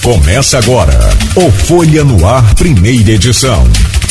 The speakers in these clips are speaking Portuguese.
Começa agora o Folha no Ar, primeira edição.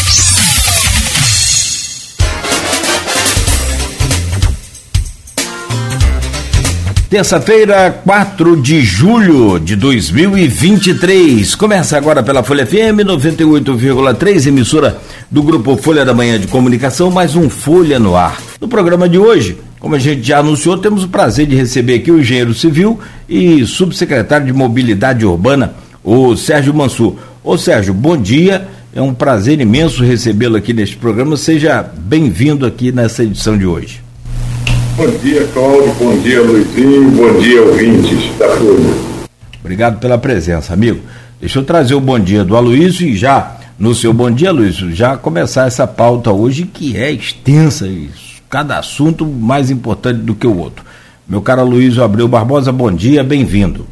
Terça-feira, 4 de julho de 2023. Começa agora pela Folha FM 98,3, emissora do Grupo Folha da Manhã de Comunicação, mais um Folha no Ar. No programa de hoje, como a gente já anunciou, temos o prazer de receber aqui o engenheiro civil e subsecretário de Mobilidade Urbana, o Sérgio Mansur. Ô Sérgio, bom dia, é um prazer imenso recebê-lo aqui neste programa, seja bem-vindo aqui nessa edição de hoje. Bom dia, Cláudio, bom dia, Luizinho, bom dia, ouvintes da Folha. Obrigado pela presença, amigo. Deixa eu trazer o bom dia do Aloysio e já, no seu bom dia, Aloysio, já começar essa pauta hoje que é extensa, cada assunto mais importante do que o outro. Meu caro Aloysio Abreu Barbosa, bom dia, bem-vindo.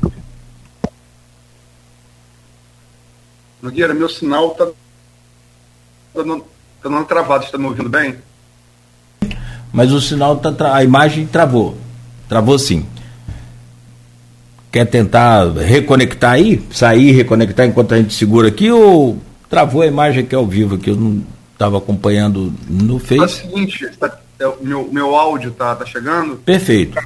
Nogueira, meu sinal tá dando travado, você está me ouvindo bem? Mas o sinal a imagem travou sim. Quer tentar reconectar aí? Sair e reconectar enquanto a gente segura aqui, ou travou a imagem aqui ao vivo, que eu não estava acompanhando no Face? É o seguinte, meu áudio tá chegando? Perfeito.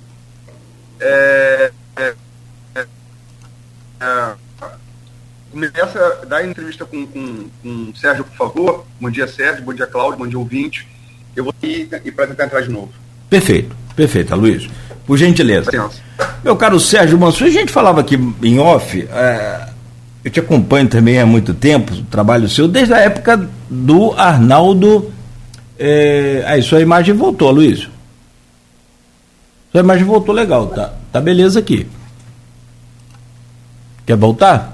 Começa a dar entrevista com o Sérgio, por favor. Bom dia, Sérgio, bom dia, Cláudio, bom dia, ouvinte. Eu vou ir para tentar entrar de novo. Perfeito, Aloysio. Por gentileza. Meu caro Sérgio Mansur, a gente falava aqui em off, eu te acompanho também há muito tempo, o trabalho seu, desde a época do Arnaldo. Aí sua imagem voltou, Aloysio. Sua imagem voltou legal, tá beleza aqui. Quer voltar?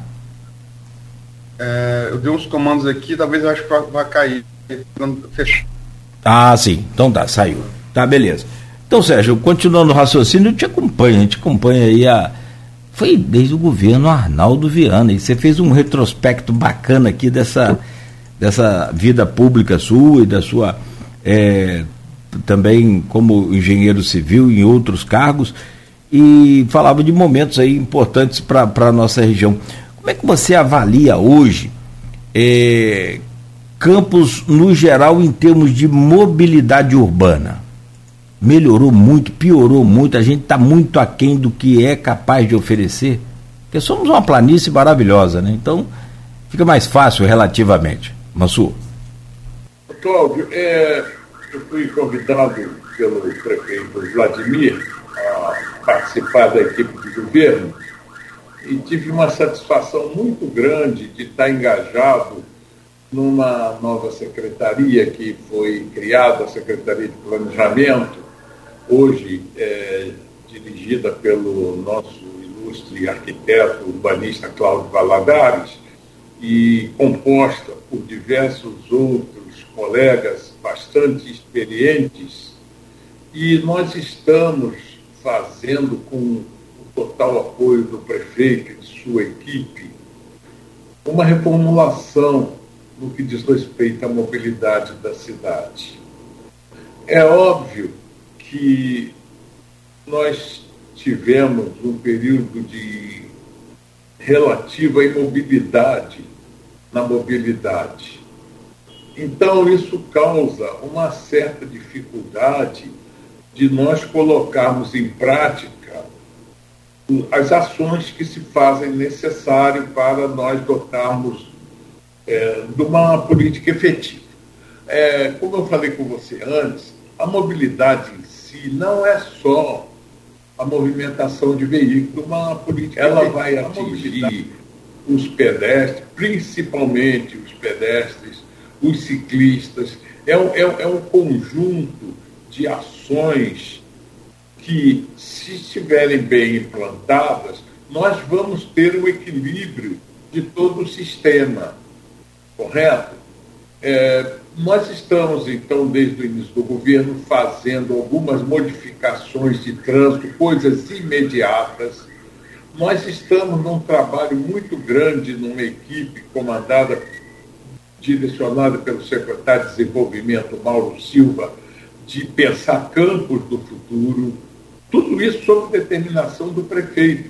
Eu dei uns comandos aqui, talvez eu acho que vai cair. Fechou. Ah, sim, então saiu. Tá, beleza. Então, Sérgio, continuando o raciocínio, a gente acompanha aí foi desde o governo Arnaldo Viana, e você fez um retrospecto bacana aqui dessa vida pública sua e da sua, também como engenheiro civil em outros cargos, e falava de momentos aí importantes para a nossa região. Como é que você avalia hoje Campos, no geral, em termos de mobilidade urbana? Melhorou muito, piorou muito, a gente está muito aquém do que é capaz de oferecer? Porque somos uma planície maravilhosa, né? Então, fica mais fácil relativamente. Mansur. Cláudio, eu fui convidado pelo prefeito Vladimir a participar da equipe de governo e tive uma satisfação muito grande de estar engajado numa nova secretaria que foi criada, a Secretaria de Planejamento, hoje dirigida pelo nosso ilustre arquiteto urbanista Cláudio Valadares e composta por diversos outros colegas bastante experientes, e nós estamos fazendo, com o total apoio do prefeito e de sua equipe, uma reformulação no que diz respeito à mobilidade da cidade. É óbvio que nós tivemos um período de relativa imobilidade na mobilidade. Então, isso causa uma certa dificuldade de nós colocarmos em prática as ações que se fazem necessário para nós dotarmos de uma política efetiva. Como eu falei com você antes, a mobilidade em si não é só a movimentação de veículos, uma política ela vai atingir os pedestres, principalmente os pedestres, os ciclistas. É um conjunto de ações que, se estiverem bem implantadas, nós vamos ter um equilíbrio de todo o sistema. Correto? Nós estamos, então, desde o início do governo, fazendo algumas modificações de trânsito, coisas imediatas. Nós estamos num trabalho muito grande, numa equipe comandada, direcionada pelo secretário de Desenvolvimento, Mauro Silva, de pensar campos do futuro. Tudo isso sob determinação do prefeito,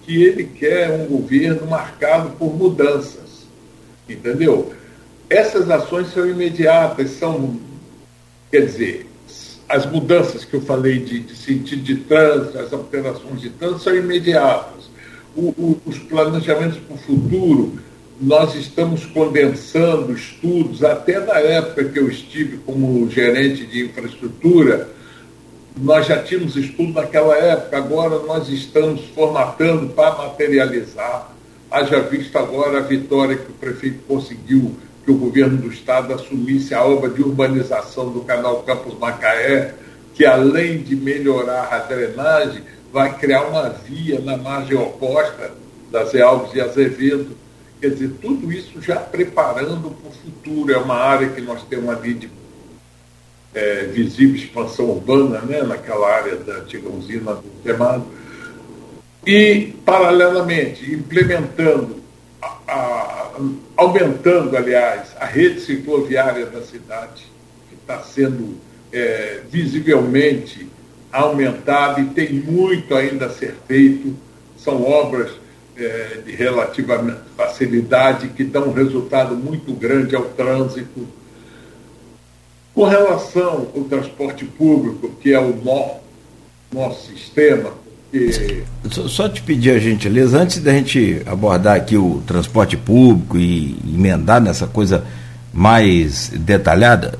que ele quer um governo marcado por mudanças, entendeu? Essas ações são imediatas, quer dizer, as mudanças que eu falei de sentido de trânsito, as alterações de trânsito são imediatas. Os planejamentos para o futuro, nós estamos condensando estudos, até na época que eu estive como gerente de infraestrutura, nós já tínhamos estudo naquela época, agora nós estamos formatando para materializar. Haja visto agora a vitória que o prefeito conseguiu, que o governo do estado assumisse a obra de urbanização do canal Campos Macaé, que além de melhorar a drenagem, vai criar uma via na margem oposta da Zé Alves de Azevedo. Quer dizer, tudo isso já preparando para o futuro. É uma área que nós temos ali de visível expansão urbana, né, naquela área da antiga usina do Queimado. E, paralelamente, implementando, aumentando, aliás, a rede cicloviária da cidade, que está sendo visivelmente aumentada e tem muito ainda a ser feito. São obras de relativa facilidade que dão um resultado muito grande ao trânsito. Com relação ao transporte público, que é o nosso sistema, Só te pedir a gentileza, antes da gente abordar aqui o transporte público e emendar nessa coisa mais detalhada,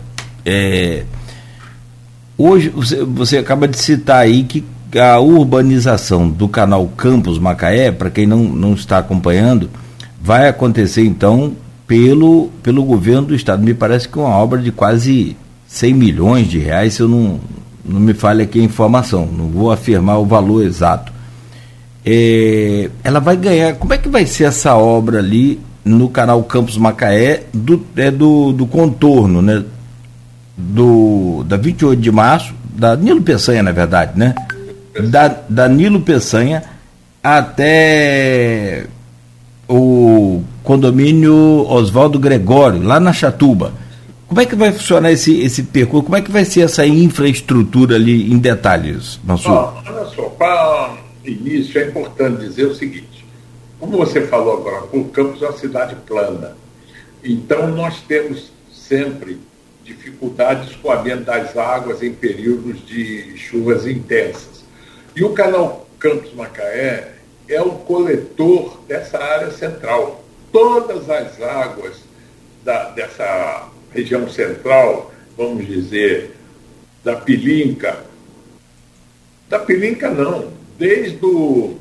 hoje você acaba de citar aí que a urbanização do canal Campos Macaé, para quem não está acompanhando, vai acontecer então pelo governo do estado. Me parece que é uma obra de quase 100 milhões de reais, se eu não me falha aqui a informação, não vou afirmar o valor exato. Ela vai ganhar, como é que vai ser essa obra ali no canal Campos Macaé, do contorno, né? Da 28 de março, da Nilo Peçanha, na verdade, né? Da Nilo Peçanha até o condomínio Oswaldo Gregório, lá na Chatuba. Como é que vai funcionar esse percurso? Como é que vai ser essa infraestrutura ali em detalhes, Mansur? Olha só, para início é importante dizer o seguinte: como você falou agora, o Campos é uma cidade plana, então nós temos sempre dificuldades com a aumento das águas em períodos de chuvas intensas. E o canal Campos Macaé é o coletor dessa área central. Todas as águas dessa região central, vamos dizer, da Pilinca não, desde do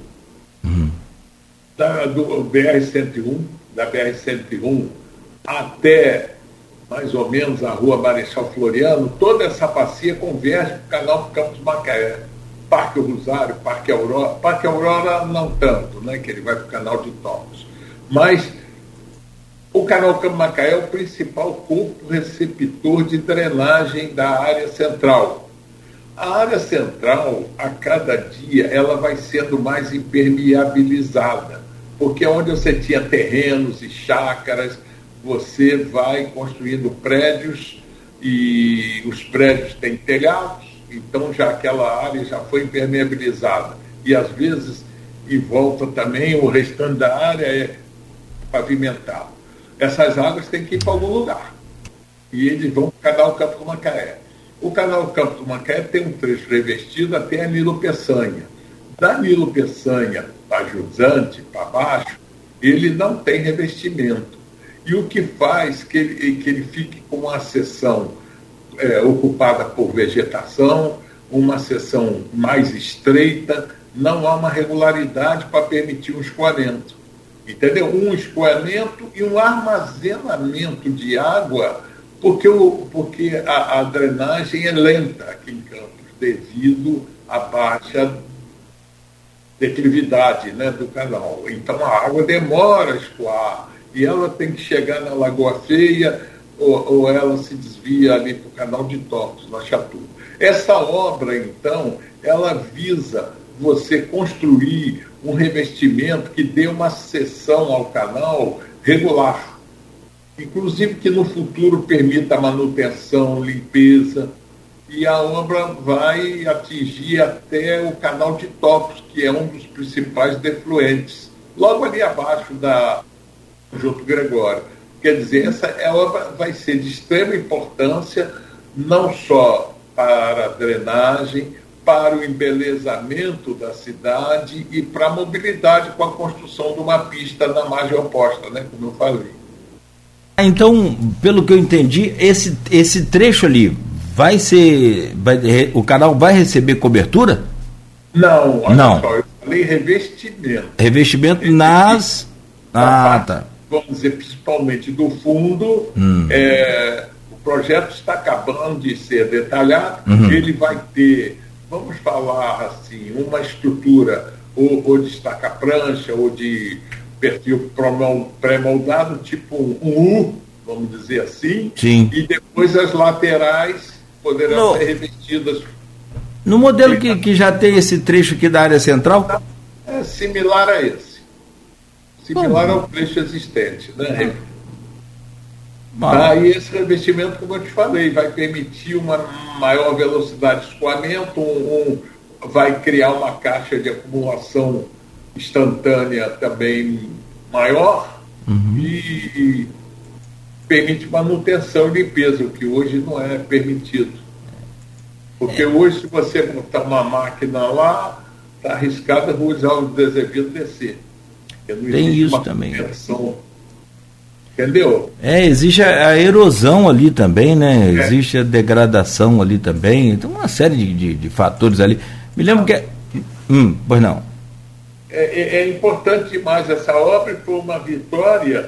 BR-101, da BR-101 até mais ou menos a rua Marechal Floriano, toda essa bacia converge para o canal Campos Macaé. Parque Rosário, Parque Aurora não tanto, né, que ele vai para o canal de Torres. Mas o canal Campos Macaé é o principal corpo receptor de drenagem da área central. A área central, a cada dia, ela vai sendo mais impermeabilizada, porque onde você tinha terrenos e chácaras, você vai construindo prédios, e os prédios têm telhados, então já aquela área já foi impermeabilizada. E às vezes, em volta também, o restante da área é pavimentado. Essas águas têm que ir para algum lugar. E eles vão para o canal Campos Macaé. O canal Campos Macaé tem um trecho revestido até a Nilo Peçanha. Da Nilo Peçanha para Jusante, para baixo, ele não tem revestimento. E o que faz que ele fique com uma seção ocupada por vegetação, uma seção mais estreita, não há uma regularidade para permitir um escoamento. Entendeu? Um escoamento e um armazenamento de água, porque a drenagem é lenta aqui em Campos, devido à baixa declividade, né, do canal. Então a água demora a escoar, e ela tem que chegar na Lagoa Feia, ou ela se desvia ali para o canal de Tortos, na Chatuba. Essa obra, então, ela visa você construir um revestimento que dê uma seção ao canal regular, inclusive que no futuro permita a manutenção, limpeza, e a obra vai atingir até o canal de Topos, que é um dos principais defluentes, logo ali abaixo da Junto Gregório. Quer dizer, essa obra vai ser de extrema importância, não só para a drenagem, para o embelezamento da cidade e para a mobilidade com a construção de uma pista na margem oposta, né, como eu falei. Então, pelo que eu entendi, esse trecho ali o canal vai receber cobertura? Não, olha não. Só, eu falei revestimento. Revestimento nas... tá. Vamos dizer, principalmente do fundo. O projeto está acabando de ser detalhado. Ele vai ter, vamos falar assim, uma estrutura ou de estaca-prancha ou de perfil pré-moldado, tipo um U, vamos dizer assim. Sim. E depois as laterais poderão ser revestidas. No modelo que já tem esse trecho aqui da área central? É similar a esse. Similar ao trecho existente, né? Aí esse revestimento, como eu te falei, vai permitir uma maior velocidade de escoamento, vai criar uma caixa de acumulação instantânea também maior e permite manutenção e limpeza, o que hoje não é permitido. Porque hoje, se você botar uma máquina lá, está arriscado a usar o deservido descer. Tem isso também. Entendeu? Existe a erosão ali também, né? Existe a degradação ali também. Tem uma série de fatores ali. Me lembro que... pois não. É importante demais essa obra e foi uma vitória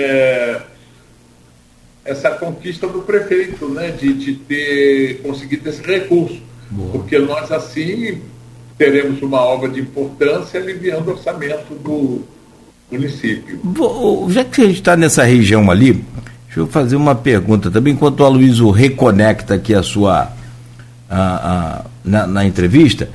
essa conquista do prefeito, né? De ter conseguido esse recurso. Boa. Porque nós, assim, teremos uma obra de importância aliviando o orçamento do município. Já que a gente está nessa região ali, deixa eu fazer uma pergunta também, enquanto o Aloysio reconecta aqui a sua na entrevista,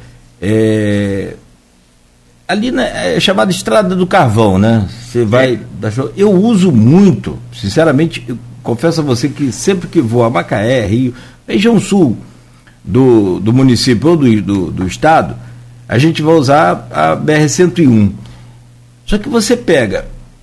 ali é chamada Estrada do Carvão, né? Você vai... Eu uso muito, sinceramente, eu confesso a você que sempre que vou a Macaé, Rio, região sul do município ou do estado, a gente vai usar a BR-101. Só que você pega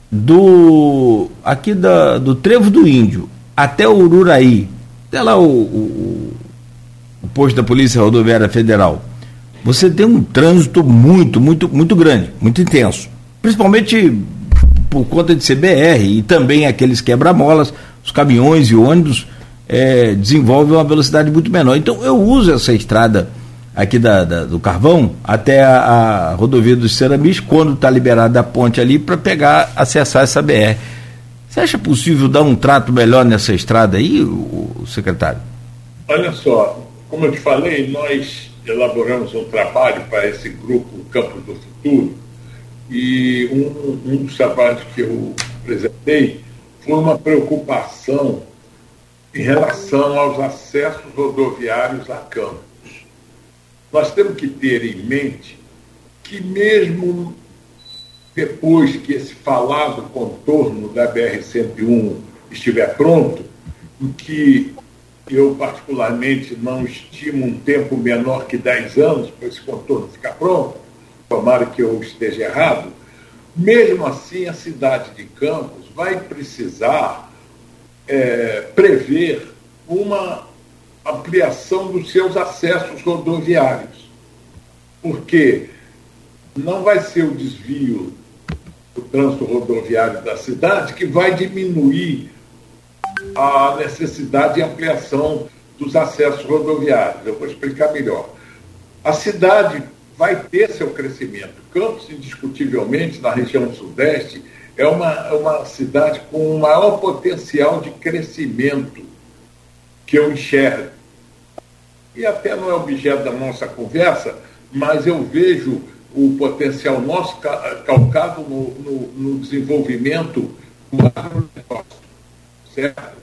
aqui do Trevo do Índio até o Ururaí, até lá o posto da Polícia Rodoviária Federal, você tem um trânsito muito, muito, muito grande, muito intenso, principalmente por conta de ser BR e também aqueles quebra-molas, os caminhões e ônibus desenvolvem uma velocidade muito menor. Então eu uso essa estrada aqui do Carvão até a rodovia dos Ceramis, quando está liberada a ponte ali, para acessar essa BR. Você acha possível dar um trato melhor nessa estrada aí, o secretário? Olha só, como eu te falei, nós elaboramos um trabalho para esse grupo Campos do Futuro e um dos trabalhos que eu apresentei foi uma preocupação em relação aos acessos rodoviários a Campos. Nós temos que ter em mente que mesmo depois que esse falado contorno da BR-101 estiver pronto, em que eu particularmente não estimo um tempo menor que 10 anos para esse contorno ficar pronto, tomara que eu esteja errado, mesmo assim a cidade de Campos vai precisar prever uma ampliação dos seus acessos rodoviários, porque não vai ser o desvio do trânsito rodoviário da cidade que vai diminuir a necessidade de ampliação dos acessos rodoviários. Eu vou explicar melhor. A cidade vai ter seu crescimento. Campos, indiscutivelmente, na região sudeste, é uma cidade com o maior potencial de crescimento que eu enxergo. E até não é objeto da nossa conversa, mas eu vejo o potencial nosso calcado no desenvolvimento do agronegócio, certo?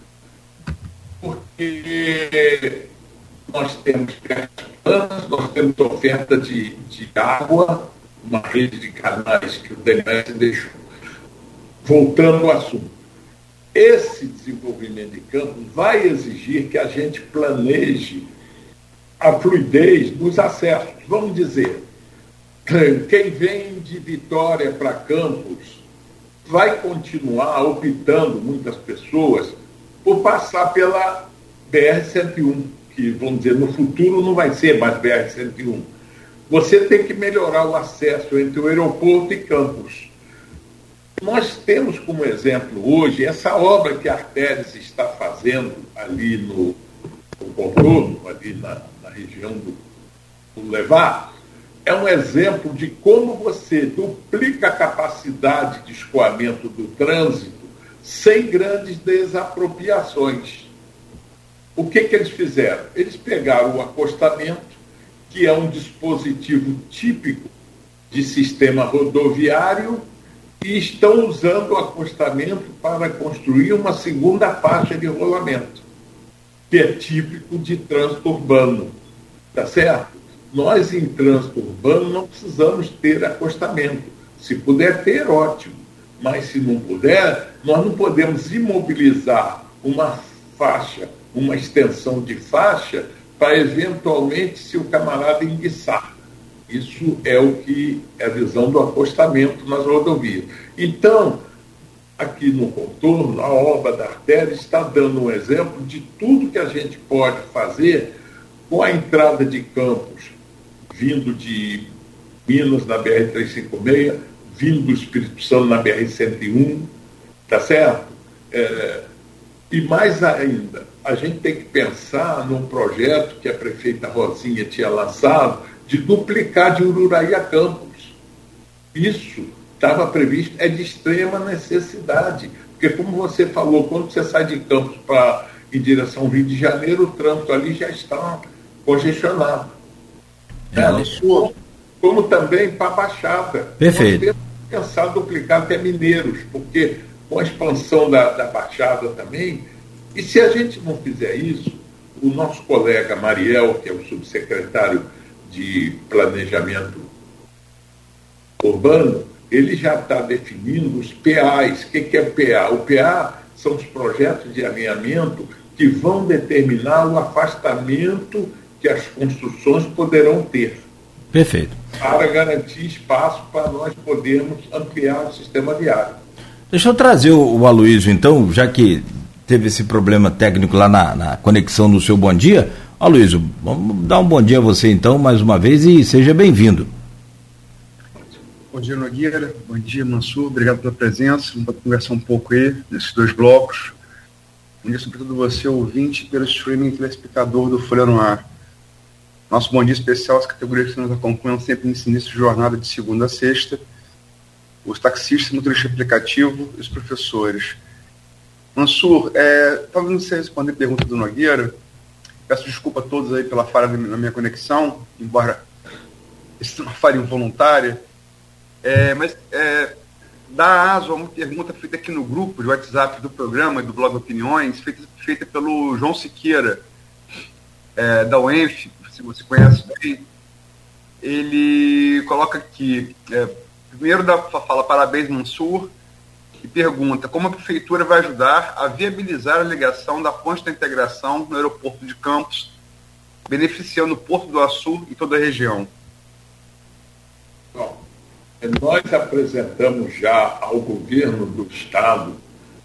Porque nós temos planos, nós temos oferta de água, uma rede de canais que o DNS deixou. Voltando ao assunto. Esse desenvolvimento de campos vai exigir que a gente planeje a fluidez dos acessos. Vamos dizer, quem vem de Vitória para Campos vai continuar optando, muitas pessoas, por passar pela BR-101, que, vamos dizer, no futuro não vai ser mais BR-101. Você tem que melhorar o acesso entre o aeroporto e Campos. Nós temos como exemplo hoje essa obra que a Artéries está fazendo ali no contorno, ali na região do Levar. É um exemplo de como você duplica a capacidade de escoamento do trânsito sem grandes desapropriações. O que eles fizeram? Eles pegaram o acostamento, que é um dispositivo típico de sistema rodoviário, e estão usando o acostamento para construir uma segunda faixa de rolamento, que é típico de trânsito urbano. Tá certo? Nós, em trânsito urbano, não precisamos ter acostamento. Se puder ter, ótimo. Mas, se não puder, nós não podemos imobilizar uma faixa, uma extensão de faixa, para, eventualmente, se o camarada enguiçar. Isso é o que é a visão do acostamento nas rodovias. Então, aqui no contorno, a obra da artéria está dando um exemplo de tudo que a gente pode fazer com a entrada de Campos, vindo de Minas na BR-356, vindo do Espírito Santo na BR-101, tá certo? E mais ainda, a gente tem que pensar num projeto que a prefeita Rosinha tinha lançado, de duplicar de Ururaí a Campos. Isso estava previsto, é de extrema necessidade, porque, como você falou, quando você sai de Campos em direção ao Rio de Janeiro, o trânsito ali já está congestionado. Como também para a Baixada. Perfeito. Nós temos que pensar em duplicar até Mineiros, porque com a expansão da Baixada também, e se a gente não fizer isso, o nosso colega Mariel, que é o subsecretário de Planejamento Urbano, ele já está definindo os PAs. O que é o PA? O PA são os projetos de alinhamento que vão determinar o afastamento que as construções poderão ter. Perfeito. Para garantir espaço para nós podermos ampliar o sistema viário. Deixa eu trazer o Aloysio, então, já que teve esse problema técnico lá na conexão do seu Bom Dia. Aloysio, vamos dar um bom dia a você, então, mais uma vez, e seja bem-vindo. Bom dia, Nogueira. Bom dia, Mansur. Obrigado pela presença. Vamos conversar um pouco aí nesses dois blocos. Bom dia, sobretudo você, ouvinte, pelo streaming telespectador do Folha no Ar. Nosso bom dia especial às categorias que nos acompanham sempre nesse início de jornada de segunda a sexta, os taxistas, motoristas de aplicativo e os professores. Mansur, talvez não sei responder a pergunta do Nogueira. Peço desculpa a todos aí pela falha na minha conexão, embora isso seja uma falha involuntária. Mas dá aso a uma pergunta feita aqui no grupo de WhatsApp do programa e do blog Opiniões, feita pelo João Siqueira, da UENF, se você conhece bem. Ele coloca aqui, primeiro fala parabéns, Mansur, e pergunta como a Prefeitura vai ajudar a viabilizar a ligação da Ponte da Integração no aeroporto de Campos, beneficiando o Porto do Açu e toda a região. Bom, nós apresentamos já ao governo do Estado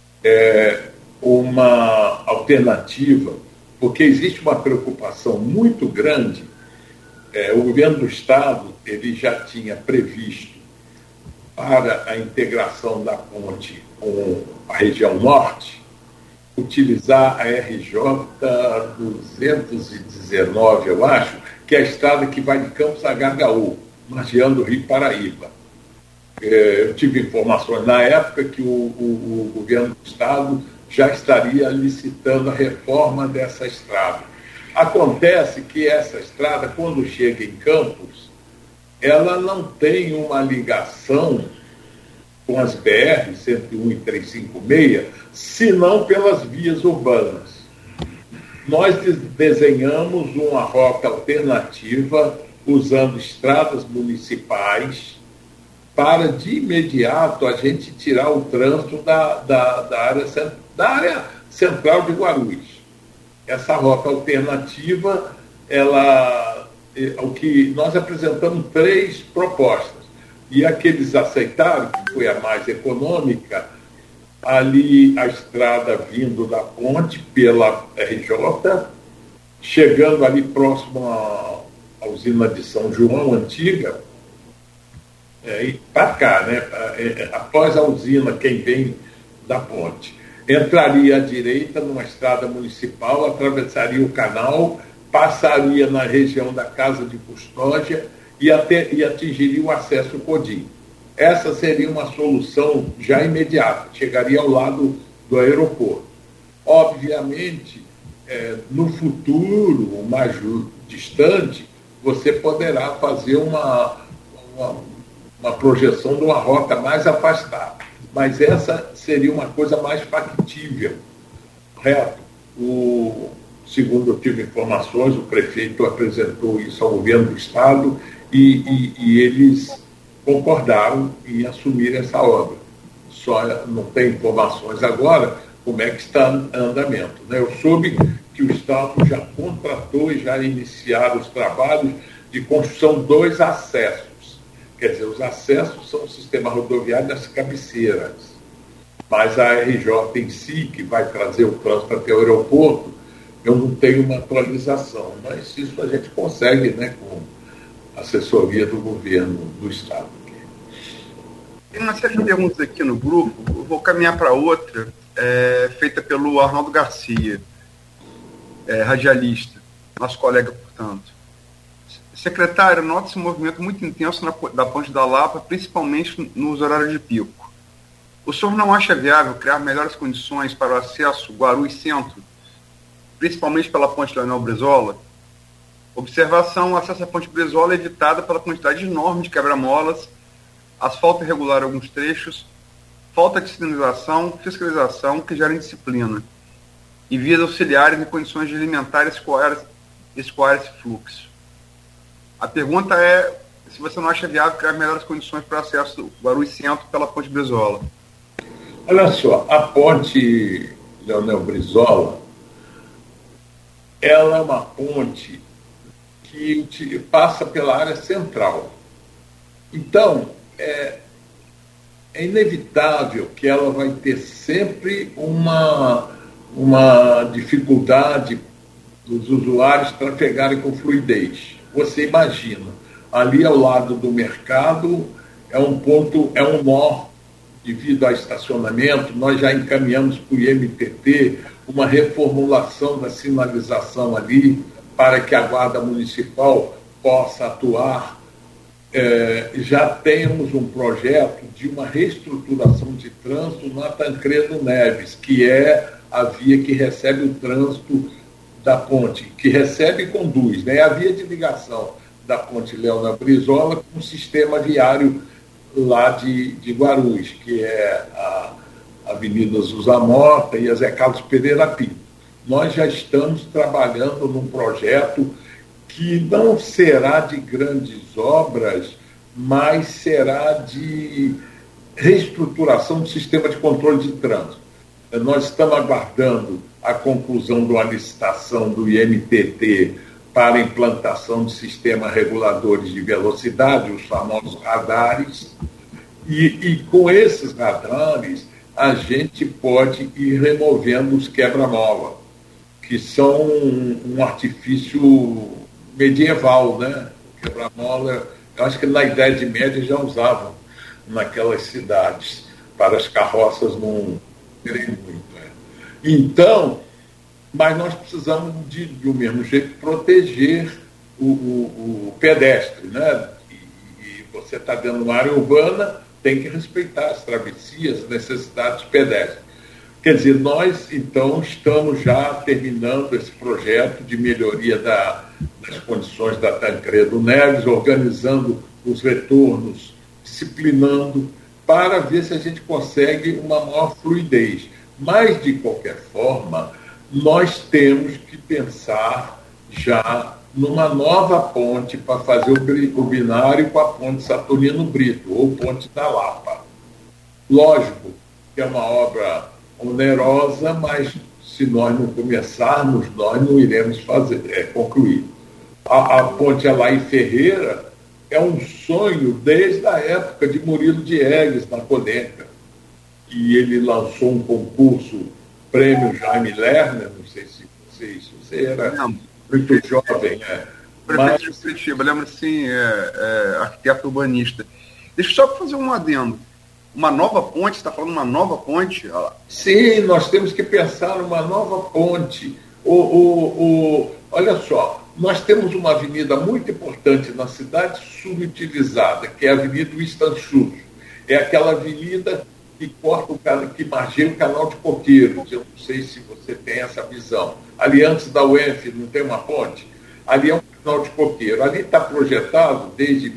uma alternativa, porque existe uma preocupação muito grande. O governo do Estado ele já tinha previsto para a integração da ponte com a região norte, utilizar a RJ 219, eu acho, que é a estrada que vai de Campos a Gagaú, margeando o Rio Paraíba. Eu tive informações na época que o governo do Estado já estaria licitando a reforma dessa estrada. Acontece que essa estrada, quando chega em Campos, ela não tem uma ligação com as BR 101 e 356, senão pelas vias urbanas. Nós desenhamos uma rota alternativa usando estradas municipais para, de imediato, a gente tirar o trânsito da área central de Guarulhos. Essa rota alternativa o que nós apresentamos 3 propostas, e a que eles aceitaram, que foi a mais econômica, ali a estrada vindo da ponte pela RJ, chegando ali próximo à usina de São João, antiga, para cá, né? Após a usina, quem vem da ponte, entraria à direita numa estrada municipal, atravessaria o canal, passaria na região da Casa de Custódia e atingiria o acesso Codim. Essa seria uma solução já imediata, chegaria ao lado do aeroporto. Obviamente, no futuro, mais distante, você poderá fazer uma projeção de uma rota mais afastada. Mas essa seria uma coisa mais factível, correto? Segundo eu tive informações, o prefeito apresentou isso ao governo do Estado e eles concordaram em assumir essa obra. Só não tem informações agora como é que está em andamento, né? Eu soube que o Estado já contratou e já iniciaram os trabalhos de construção 2 acessos. Quer dizer, os acessos são o sistema rodoviário das cabeceiras. Mas a RJ em si, que vai trazer o trânsito até o aeroporto, eu não tenho uma atualização. Mas isso a gente consegue, né, com assessoria do governo do Estado. Tem uma série de perguntas aqui no grupo, eu vou caminhar para outra, feita pelo Arnaldo Garcia, radialista, nosso colega, portanto. Secretário, nota-se um movimento muito intenso da Ponte da Lapa, principalmente nos horários de pico. O senhor não acha viável criar melhores condições para o acesso Guarulhos Centro, principalmente pela Ponte Leonel Brizola? Observação: o acesso à Ponte Brizola é evitado pela quantidade enorme de quebra-molas, asfalto irregular em alguns trechos, falta de sinalização, fiscalização que gera indisciplina, e vias auxiliares em condições de alimentar e escoar esse fluxo. A pergunta é se você não acha viável criar melhores condições para o acesso do Guarulhos Centro pela Ponte Brizola. Olha só, a Ponte Leonel Brizola, ela é uma ponte que passa pela área central. Então, é inevitável que ela vai ter sempre uma dificuldade dos usuários trafegarem com fluidez. Você imagina, ali ao lado do mercado é um nó devido ao estacionamento. Nós já encaminhamos para o IMTT uma reformulação da sinalização ali para que a Guarda Municipal possa atuar. Já temos um projeto de uma reestruturação de trânsito na Tancredo Neves, que é a via que recebe o trânsito da ponte, que recebe e conduz, né? A via de ligação da Ponte Leonel Brizola com o sistema viário lá de Guarulhos, que é a Avenida Zusa Mota e a Zé Carlos Pereira Pinto. Nós já estamos trabalhando num projeto que não será de grandes obras, mas será de reestruturação do sistema de controle de trânsito. Nós estamos aguardando a conclusão de uma licitação do IMTT para a implantação de sistemas reguladores de velocidade, os famosos radares, e com esses radares a gente pode ir removendo os quebra-mola, que são um artifício medieval, né? Quebra-mola, eu acho que na Idade Média já usavam naquelas cidades, para as carroças não terem muito. Então, mas nós precisamos, do mesmo jeito, proteger o pedestre, né? E você está dentro de uma área urbana, tem que respeitar as travessias, as necessidades pedestres. Quer dizer, nós, então, estamos já terminando esse projeto de melhoria das condições da Tancredo Neves, organizando os retornos, disciplinando, para ver se a gente consegue uma maior fluidez. Mas, de qualquer forma, nós temos que pensar já numa nova ponte para fazer o binário com a ponte Saturnino Brito, ou ponte da Lapa. Lógico que é uma obra onerosa, mas se nós não começarmos, nós não iremos concluir. A ponte Alaí Ferreira é um sonho desde a época de Murilo Diegues, na Coneca. E ele lançou um concurso, Prêmio Jaime Lerner, não sei se você era muito jovem, Prefeito de Curitiba, lembra assim, arquiteto urbanista. Deixa eu só fazer um adendo. Uma nova ponte, você está falando uma nova ponte? Sim, nós temos que pensar numa nova ponte. Olha só, nós temos uma avenida muito importante na cidade, subutilizada, que é a Avenida Winston Churchill. É aquela avenida que que margeia o canal de Coqueiros. Eu não sei se você tem essa visão. Ali antes da UF não tem uma ponte? Ali é um canal de Coqueiro. Ali está projetado desde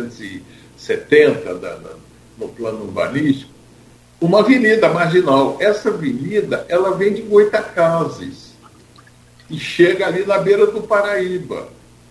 1970, no plano urbanístico, uma avenida marginal. Essa avenida, ela vem de Goitacazes e chega ali na beira do Paraíba.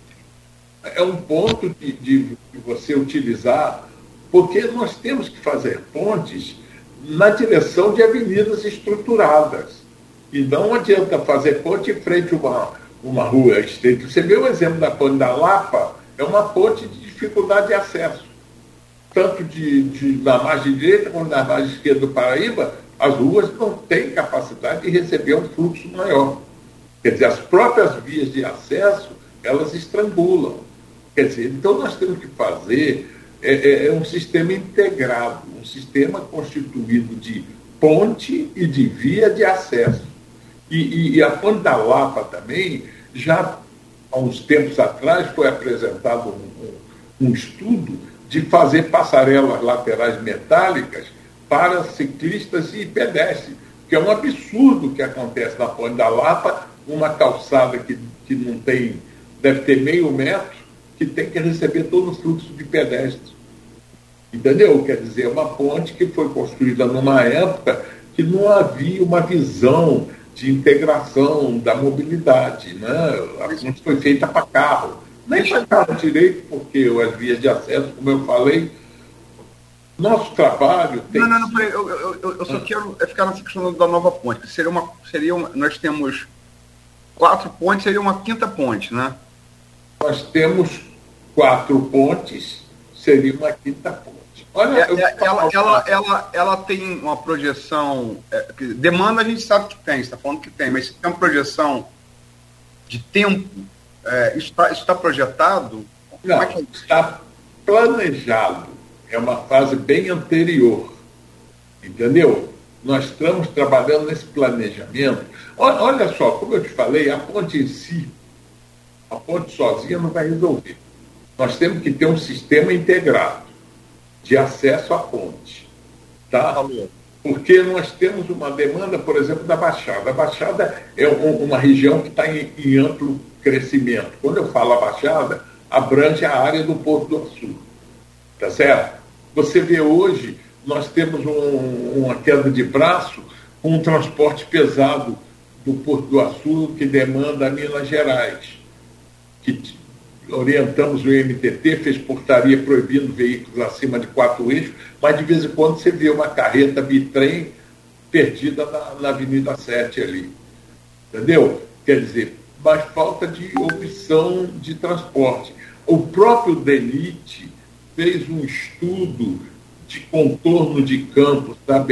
É um ponto de você utilizar, porque nós temos que fazer pontes na direção de avenidas estruturadas. E não adianta fazer ponte em frente a uma rua estreita. Você vê o exemplo da ponte da Lapa, é uma ponte de dificuldade de acesso. Tanto na margem direita como na margem esquerda do Paraíba, as ruas não têm capacidade de receber um fluxo maior. Quer dizer, as próprias vias de acesso, elas estrangulam. Quer dizer, então nós temos que fazer um sistema integrado, um sistema constituído de ponte e de via de acesso. E a ponte da Lapa também, já há uns tempos atrás, foi apresentado um estudo de fazer passarelas laterais metálicas para ciclistas e pedestres, que é um absurdo que acontece na ponte da Lapa, uma calçada que não tem, deve ter meio metro, que tem que receber todo o fluxo de pedestres. Entendeu? Quer dizer, é uma ponte que foi construída numa época que não havia uma visão de integração da mobilidade, né? A ponte foi feita para carro. Nem para carro direito, porque as vias de acesso, como eu falei, nosso trabalho tem... Não, peraí, eu só quero ficar nessa questão da nova ponte. Nós temos 4 pontes, seria uma 5ª ponte, né? Nós temos 4 pontes, seria uma 5ª ponte. Olha, ela tem uma projeção... demanda a gente sabe que tem, você está falando que tem, mas se tem uma projeção de tempo, isso está projetado? Não, está planejado. É uma fase bem anterior. Entendeu? Nós estamos trabalhando nesse planejamento. Olha só, como eu te falei, a ponte em si, a ponte sozinha não vai resolver. Nós temos que ter um sistema integrado de acesso à ponte. Tá? Porque nós temos uma demanda, por exemplo, da Baixada. A Baixada é uma região que está em amplo crescimento. Quando eu falo a Baixada, abrange a área do Porto do Açu. Tá certo? Você vê hoje, nós temos uma queda de braço com um transporte pesado do Porto do Açu que demanda Minas Gerais. Que orientamos o MTT, fez portaria proibindo veículos acima de 4 eixos, mas de vez em quando você vê uma carreta bitrem perdida na Avenida 7 ali. Entendeu? Quer dizer, mas falta de opção de transporte. O próprio DENIT fez um estudo de contorno de campos da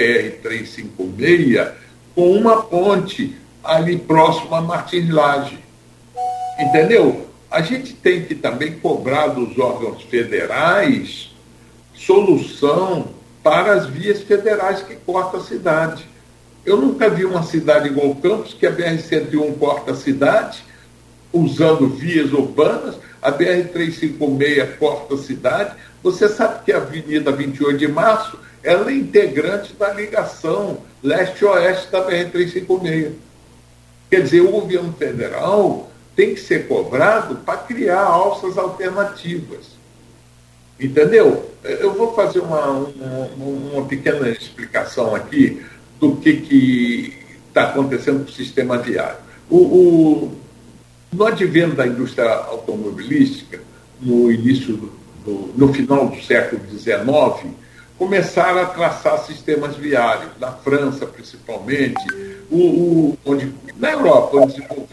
BR-356 com uma ponte ali próximo a Martins Lage. Entendeu? A gente tem que também cobrar dos órgãos federais solução para as vias federais que cortam a cidade. Eu nunca vi uma cidade igual Campos, que a BR-101 corta a cidade, usando vias urbanas, a BR-356 corta a cidade. Você sabe que a Avenida 28 de Março ela é integrante da ligação leste-oeste da BR-356. Quer dizer, o governo federal tem que ser cobrado para criar alças alternativas. Entendeu? Eu vou fazer uma pequena explicação aqui do que está acontecendo com o sistema viário. No advento da indústria automobilística, no final do século XIX, começaram a traçar sistemas viários, na França principalmente, na Europa, onde desenvolveu.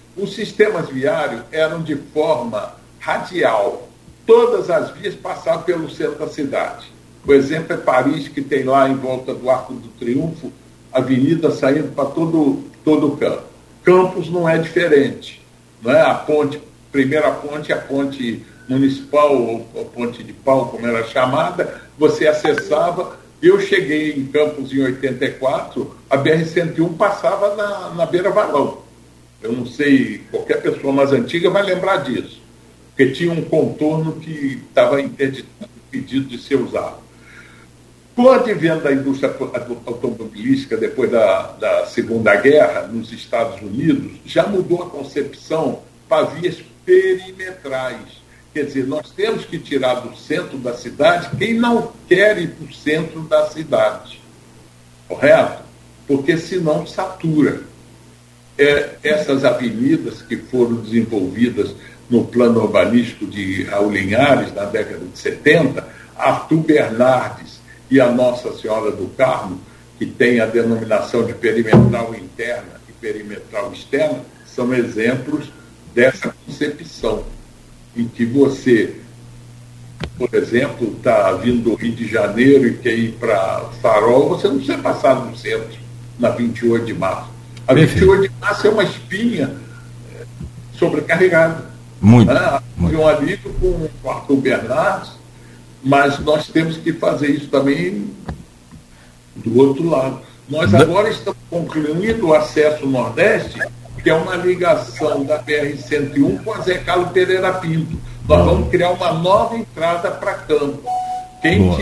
Os sistemas viários eram de forma radial. Todas as vias passavam pelo centro da cidade. O exemplo é Paris, que tem lá em volta do Arco do Triunfo, avenida saindo para todo o campo. Campos não é diferente. Não é? A primeira ponte, a ponte municipal, ou a ponte de pau, como era chamada, você acessava. Eu cheguei em Campos em 84, a BR-101 passava na beira-valão. Eu não sei, qualquer pessoa mais antiga vai lembrar disso, porque tinha um contorno que estava interditado, impedido de ser usado. Com o advento da indústria automobilística, depois da Segunda Guerra, nos Estados Unidos, já mudou a concepção para vias perimetrais. Quer dizer, nós temos que tirar do centro da cidade quem não quer ir para o centro da cidade. Correto? Porque senão satura. Essas avenidas que foram desenvolvidas no plano urbanístico de Raul Linhares, na década de 70, Arthur Bernardes e a Nossa Senhora do Carmo, que tem a denominação de perimetral interna e perimetral externa, são exemplos dessa concepção, em que você, por exemplo, está vindo do Rio de Janeiro e quer ir para Farol, você não precisa passar no centro, na 28 de março. A 28 de março é uma espinha sobrecarregada. Muito. Houve um alívio com o Arthur Bernardes, mas nós temos que fazer isso também do outro lado. Nós agora estamos concluindo o acesso Nordeste, que é uma ligação da BR-101 com a Zé Carlos Pereira Pinto. Nós vamos criar uma nova entrada para Campos. Quem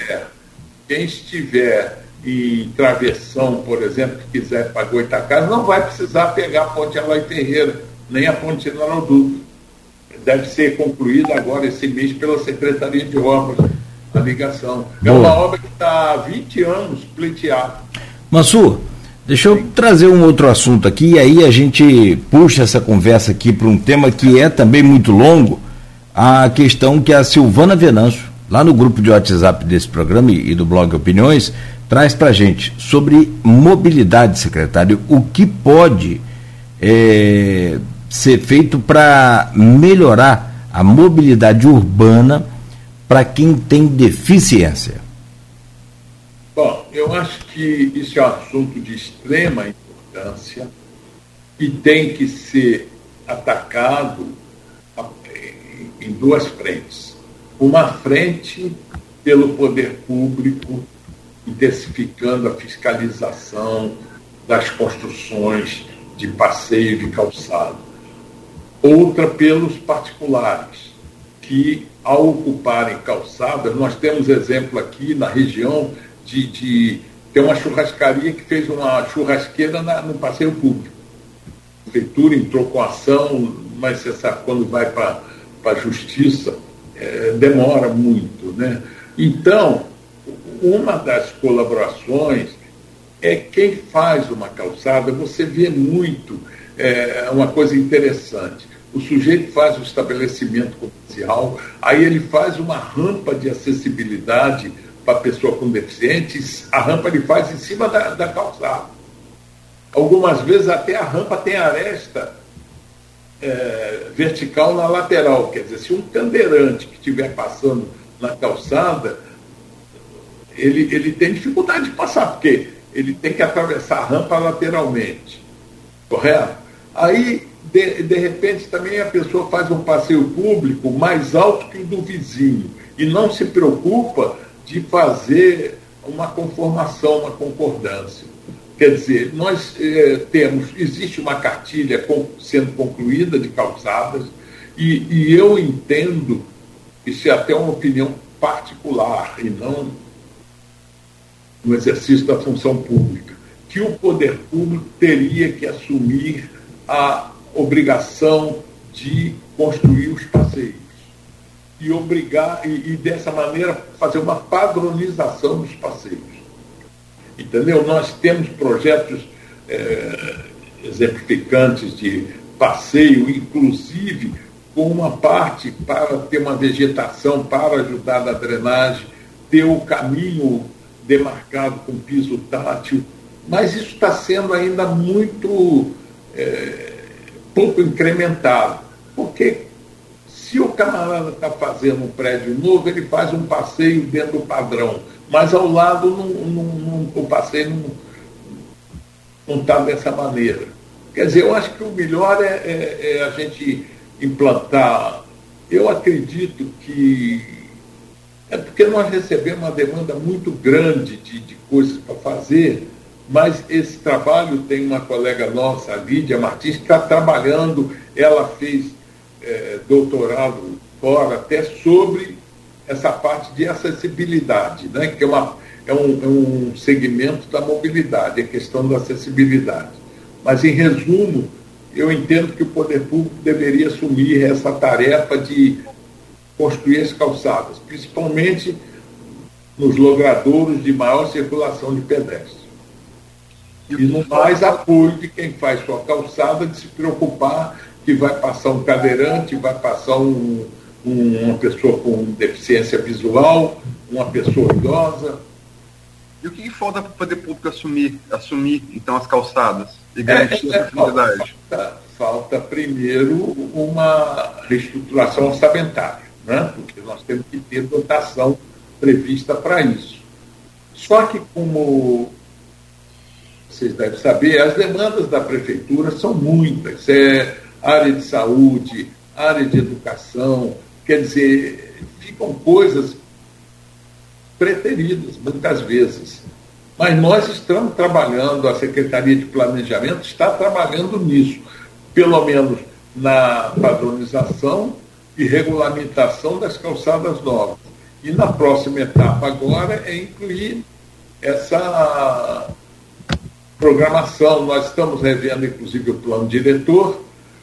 estiver em Travessão, por exemplo, que quiser ir para Goitacazes, não vai precisar pegar a Ponte Eloy Ferreira, nem a Ponte General Dutra. Deve ser concluída agora esse mês pela Secretaria de Obras, a ligação. É uma obra que está há 20 anos pleiteada. Mansur, deixa eu trazer um outro assunto aqui, e aí a gente puxa essa conversa aqui para um tema que é também muito longo, a questão que a Silvana Venâncio, lá no grupo de WhatsApp desse programa e do blog Opiniões, traz para a gente sobre mobilidade, secretário, o que pode ser feito para melhorar a mobilidade urbana para quem tem deficiência. Bom, eu acho que isso é um assunto de extrema importância e tem que ser atacado em duas frentes. Uma frente pelo poder público, intensificando a fiscalização das construções de passeio de calçado. Outra pelos particulares, que ao ocuparem calçadas, nós temos exemplo aqui na região de ter uma churrascaria que fez uma churrasqueira no passeio público. A prefeitura entrou com ação, mas você sabe, quando vai para a justiça, demora muito, né? Então, uma das colaborações é quem faz uma calçada. Você vê muito, uma coisa interessante. O sujeito faz o estabelecimento comercial, aí ele faz uma rampa de acessibilidade para a pessoa com deficientes, a rampa ele faz em cima da calçada. Algumas vezes até a rampa tem aresta vertical na lateral, quer dizer, se um cadeirante que estiver passando na calçada, ele tem dificuldade de passar, porque ele tem que atravessar a rampa lateralmente, correto? Aí, de repente, também a pessoa faz um passeio público mais alto que o do vizinho e não se preocupa de fazer uma conformação, uma concordância. Quer dizer, nós existe uma cartilha sendo concluída de calçadas e eu entendo, isso é até uma opinião particular e não no exercício da função pública, que o poder público teria que assumir a obrigação de construir os passeios e obrigar, e dessa maneira fazer uma padronização dos passeios. Entendeu? Nós temos projetos exemplificantes de passeio, inclusive com uma parte para ter uma vegetação, para ajudar na drenagem, ter o caminho demarcado com piso tátil, mas isso está sendo ainda muito pouco incrementado, porque se o camarada está fazendo um prédio novo, ele faz um passeio dentro do padrão, mas ao lado o passeio não está dessa maneira. Quer dizer, eu acho que o melhor é a gente implantar. Eu acredito que é porque nós recebemos uma demanda muito grande de coisas para fazer, mas esse trabalho tem uma colega nossa, a Lídia Martins, que está trabalhando, ela fez doutorado fora até sobre essa parte de acessibilidade, né? Que é um segmento da mobilidade, a questão da acessibilidade. Mas, em resumo, eu entendo que o poder público deveria assumir essa tarefa de construir as calçadas, principalmente nos logradouros de maior circulação de pedestres. E no mais apoio de quem faz sua calçada, de se preocupar que vai passar um cadeirante, vai passar uma pessoa com deficiência visual, uma pessoa idosa. E o que falta para o poder público assumir então, as calçadas e garantir a acessibilidade? Falta primeiro uma reestruturação orçamentária, né? Porque nós temos que ter dotação prevista para isso. Só que, como vocês devem saber, as demandas da prefeitura são muitas. Área de saúde, área de educação, quer dizer, ficam coisas preteridas, muitas vezes. Mas nós estamos trabalhando, a Secretaria de Planejamento está trabalhando nisso, pelo menos na padronização e regulamentação das calçadas novas. E na próxima etapa agora é incluir essa programação. Nós estamos revendo, inclusive, o plano diretor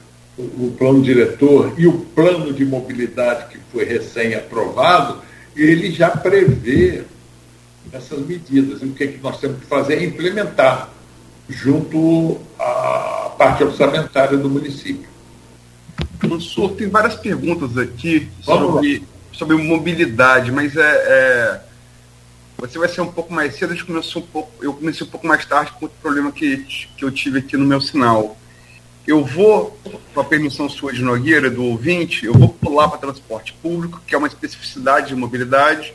e o plano de mobilidade que foi recém-aprovado, ele já prevê essas medidas. E o que é que nós temos que fazer é implementar junto à parte orçamentária do município. Professor, tem várias perguntas aqui sobre mobilidade, mas você vai ser um pouco mais cedo, eu comecei um pouco mais tarde com outro problema que eu tive aqui no meu sinal. Eu vou, com a permissão sua de Nogueira, do ouvinte, eu vou pular para transporte público, que é uma especificidade de mobilidade,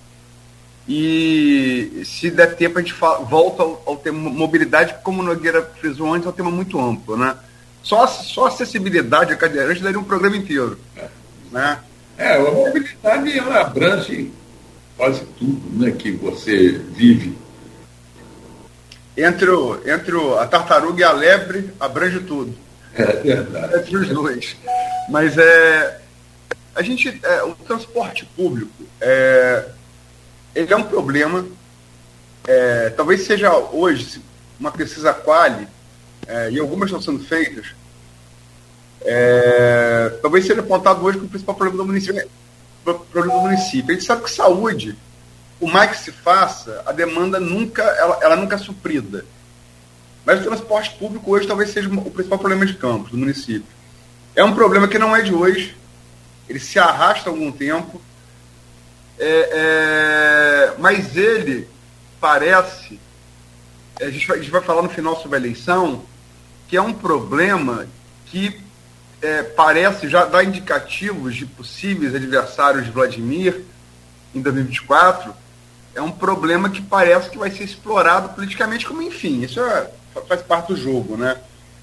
e se der tempo a gente volta ao tema mobilidade, como o Nogueira frisou antes, é um tema muito amplo, né? Só acessibilidade a cadeirante daria um programa inteiro, né? A mobilidade ela abrange quase tudo, né, que você vive. Entre a tartaruga e a lebre, abrange tudo. É verdade. Entre os dois. Mas o transporte público, ele é um problema. Talvez seja hoje uma pesquisa quali, e algumas estão sendo feitas, talvez seja apontado hoje como o principal problema do município. A gente sabe que saúde, por mais que se faça, a demanda nunca é suprida. Mas o transporte público hoje talvez seja o principal problema de Campos, do município. É um problema que não é de hoje, ele se arrasta há algum tempo, mas ele parece, a gente vai falar no final sobre a eleição, que é um problema que parece já dar indicativos de possíveis adversários de Vladimir em 2024, é um problema que parece que vai ser explorado politicamente, como, enfim, isso faz parte do jogo, né?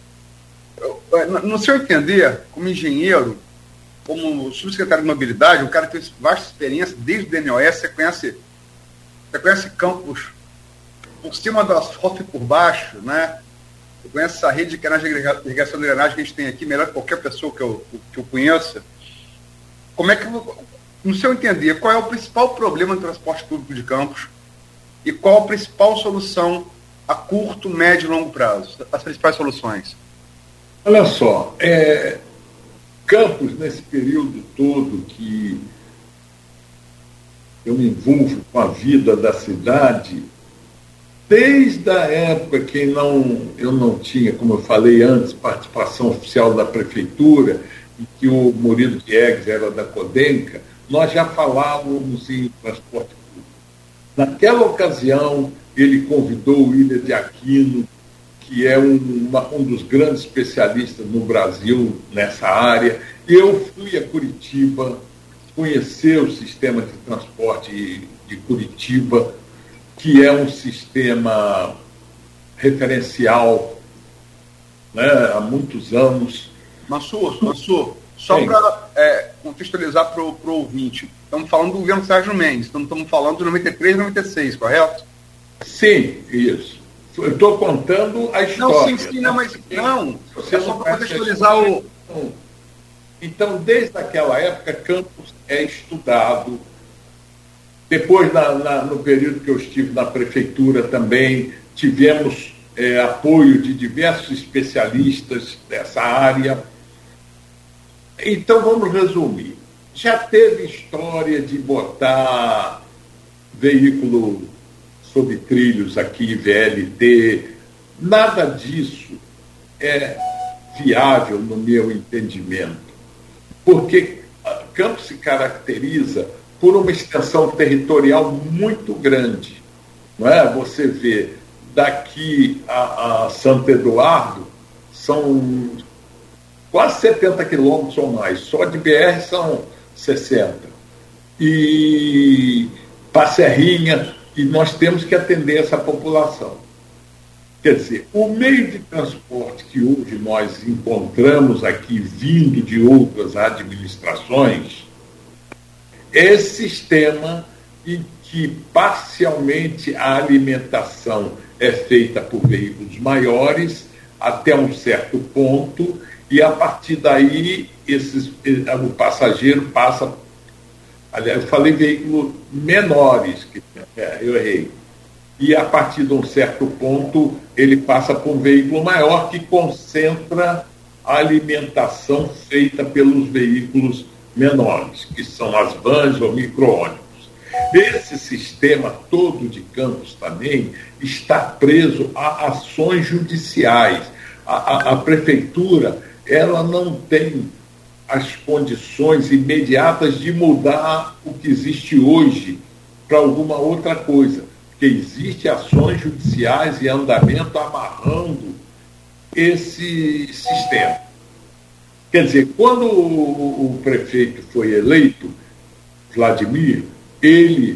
No seu entender, como engenheiro, como subsecretário de mobilidade, um cara que tem vasta experiência desde o DNOS, você conhece Campos por cima do asfalto e por baixo, né? Você conhece essa rede de canais de irrigação de drenagem que a gente tem aqui, melhor que qualquer pessoa que eu conheça. Como é que, no seu entender, qual é o principal problema do transporte público de Campos e qual a principal solução a curto, médio e longo prazo? As principais soluções. Olha só, Campos, nesse período todo que eu me envolvo com a vida da cidade, desde a época que eu não tinha, como eu falei antes, participação oficial da prefeitura, e que o Murilo Diegues era da Codenca, nós já falávamos em transporte público. Naquela ocasião, ele convidou o William de Aquino, que é um dos grandes especialistas no Brasil nessa área. Eu fui a Curitiba, conhecer o sistema de transporte de Curitiba, que é um sistema referencial, né, há muitos anos. Mansur, só para contextualizar para o ouvinte, estamos falando do governo Sérgio Mendes, então estamos falando de 93 e 96, correto? Sim, isso. Eu estou contando a história. Não, é só para contextualizar o... Então, desde aquela época, Campos é estudado. Depois, no período que eu estive na prefeitura também, tivemos apoio de diversos especialistas dessa área. Então, vamos resumir. Já teve história de botar veículo sob trilhos aqui, VLT. Nada disso é viável no meu entendimento, porque Campos se caracteriza por uma extensão territorial muito grande. Não é? Você vê, daqui a Santo Eduardo, são quase 70 quilômetros ou mais, só de BR são 60. E Passerrinha, e nós temos que atender essa população. Quer dizer, o meio de transporte que hoje nós encontramos aqui, vindo de outras administrações, é esse sistema em que parcialmente a alimentação é feita por veículos maiores até um certo ponto, e a partir daí o passageiro passa... Aliás, eu falei veículos menores, eu errei. E a partir de um certo ponto, ele passa por um veículo maior que concentra a alimentação feita pelos veículos menores, que são as vans ou micro-ônibus. Esse sistema todo de Campos também está preso a ações judiciais. A prefeitura, ela não tem as condições imediatas de mudar o que existe hoje para alguma outra coisa, porque existem ações judiciais em andamento amarrando esse sistema. Quer dizer, quando o prefeito foi eleito, Vladimir, ele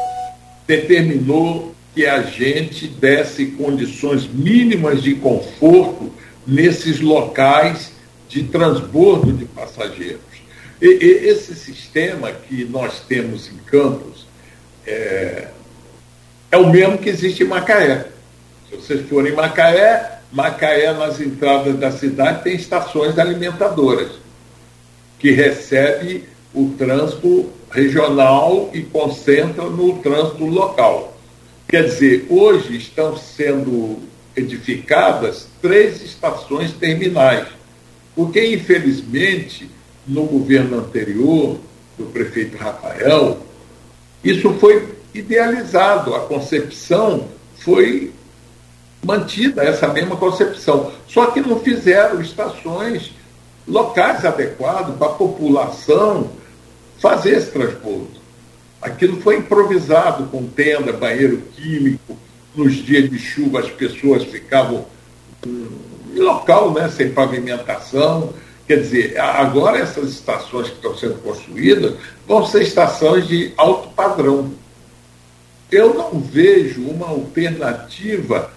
determinou que a gente desse condições mínimas de conforto nesses locais de transbordo de passageiros. E esse sistema que nós temos em Campos é o mesmo que existe em Macaé. Se vocês forem em Macaé, nas entradas da cidade, tem estações alimentadoras, que recebe o trânsito regional e concentra no trânsito local. Quer dizer, hoje estão sendo edificadas 3 estações terminais, porque, infelizmente, no governo anterior, do prefeito Rafael, isso foi idealizado, a concepção foi mantida, essa mesma concepção. Só que não fizeram estações locais adequados para a população fazer esse transbordo. Aquilo foi improvisado, com tenda, banheiro químico. Nos dias de chuva as pessoas ficavam em local, né, sem pavimentação. Quer dizer, agora essas estações que estão sendo construídas vão ser estações de alto padrão. Eu não vejo uma alternativa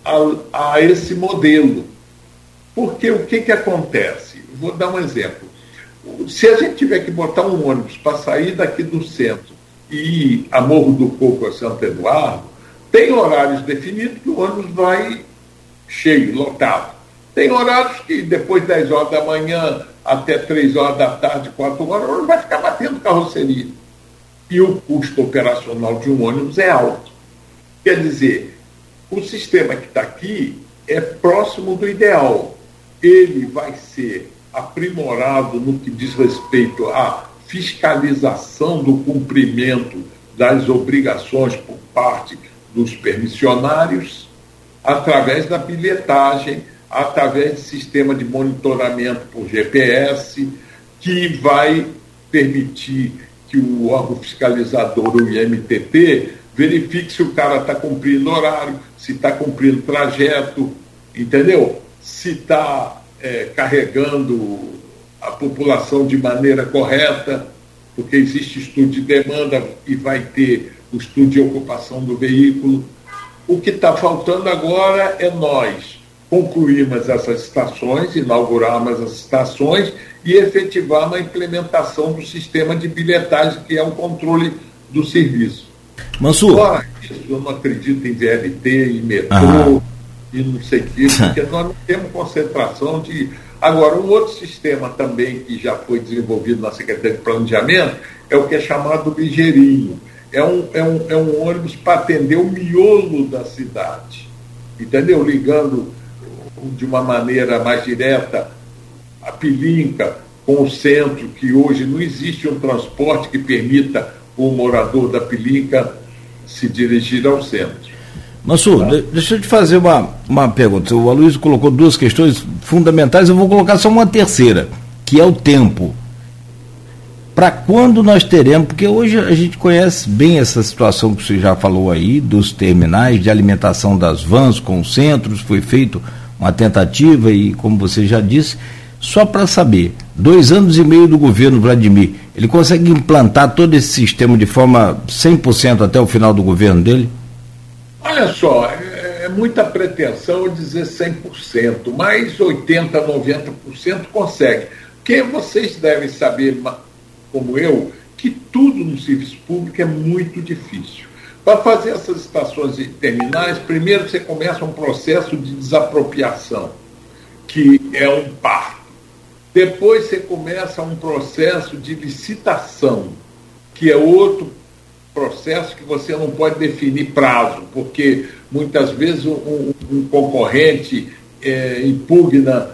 a esse modelo. Porque o que acontece? Vou dar um exemplo. Se a gente tiver que botar um ônibus para sair daqui do centro e ir a Morro do Coco, a Santo Eduardo, tem horários definidos que o ônibus vai cheio, lotado. Tem horários que depois de 10 horas da manhã até 3 horas da tarde, 4 horas, o ônibus vai ficar batendo carroceria. E o custo operacional de um ônibus é alto. Quer dizer, o sistema que está aqui é próximo do ideal. Ele vai ser aprimorado no que diz respeito à fiscalização do cumprimento das obrigações por parte dos permissionários, através da bilhetagem, através de sistema de monitoramento por GPS, que vai permitir que o órgão fiscalizador, o IMTT, verifique se o cara está cumprindo horário, se está cumprindo trajeto, entendeu? Se está carregando a população de maneira correta, porque existe estudo de demanda e vai ter o estudo de ocupação do veículo. O que está faltando agora é nós concluirmos essas estações, inaugurarmos as estações e efetivar a implementação do sistema de bilhetagem, que é o controle do serviço. Mansur. Fora isso, eu não acredito em VLT, em metrô, e não sei o que, porque nós não temos concentração de... Agora, um outro sistema também que já foi desenvolvido na Secretaria de Planejamento é o que é chamado ligeirinho. É um ônibus para atender o miolo da cidade, entendeu? Ligando de uma maneira mais direta a Pilinca com o centro, que hoje não existe um transporte que permita o morador da Pilinca se dirigir ao centro. Mansur, deixa eu te fazer uma pergunta. O Aloysio colocou duas questões fundamentais, eu vou colocar só uma terceira, que é o tempo. Para quando nós teremos, porque hoje a gente conhece bem essa situação que você já falou aí, dos terminais de alimentação das vans com os centros, foi feita uma tentativa e, como você já disse, só para saber, 2 anos e meio do governo Vladimir, ele consegue implantar todo esse sistema de forma 100% até o final do governo dele? Olha só, é muita pretensão dizer 100%, mas 80%, 90% consegue. Porque vocês devem saber, como eu, que tudo no serviço público é muito difícil. Para fazer essas estações e terminais, primeiro você começa um processo de desapropriação, que é um parto. Depois você começa um processo de licitação, que é outro processo que você não pode definir prazo, porque muitas vezes um concorrente impugna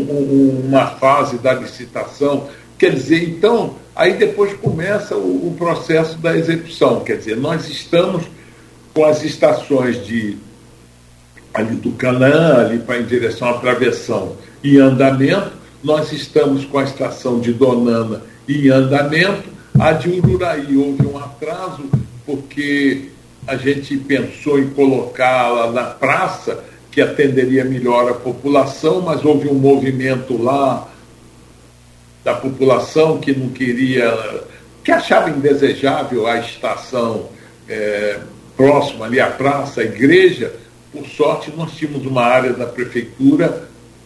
uma fase da licitação. Quer dizer, então, aí depois começa o processo da execução. Quer dizer, nós estamos com as estações ali do Canaã, ali em direção à Travessão, em andamento. Nós estamos com a estação de Donana em andamento. A de Ururaí houve um atraso, porque a gente pensou em colocá-la na praça, que atenderia melhor a população, mas houve um movimento lá da população que não queria, que achava indesejável a estação próxima ali à praça, à igreja. Por sorte, nós tínhamos uma área da prefeitura,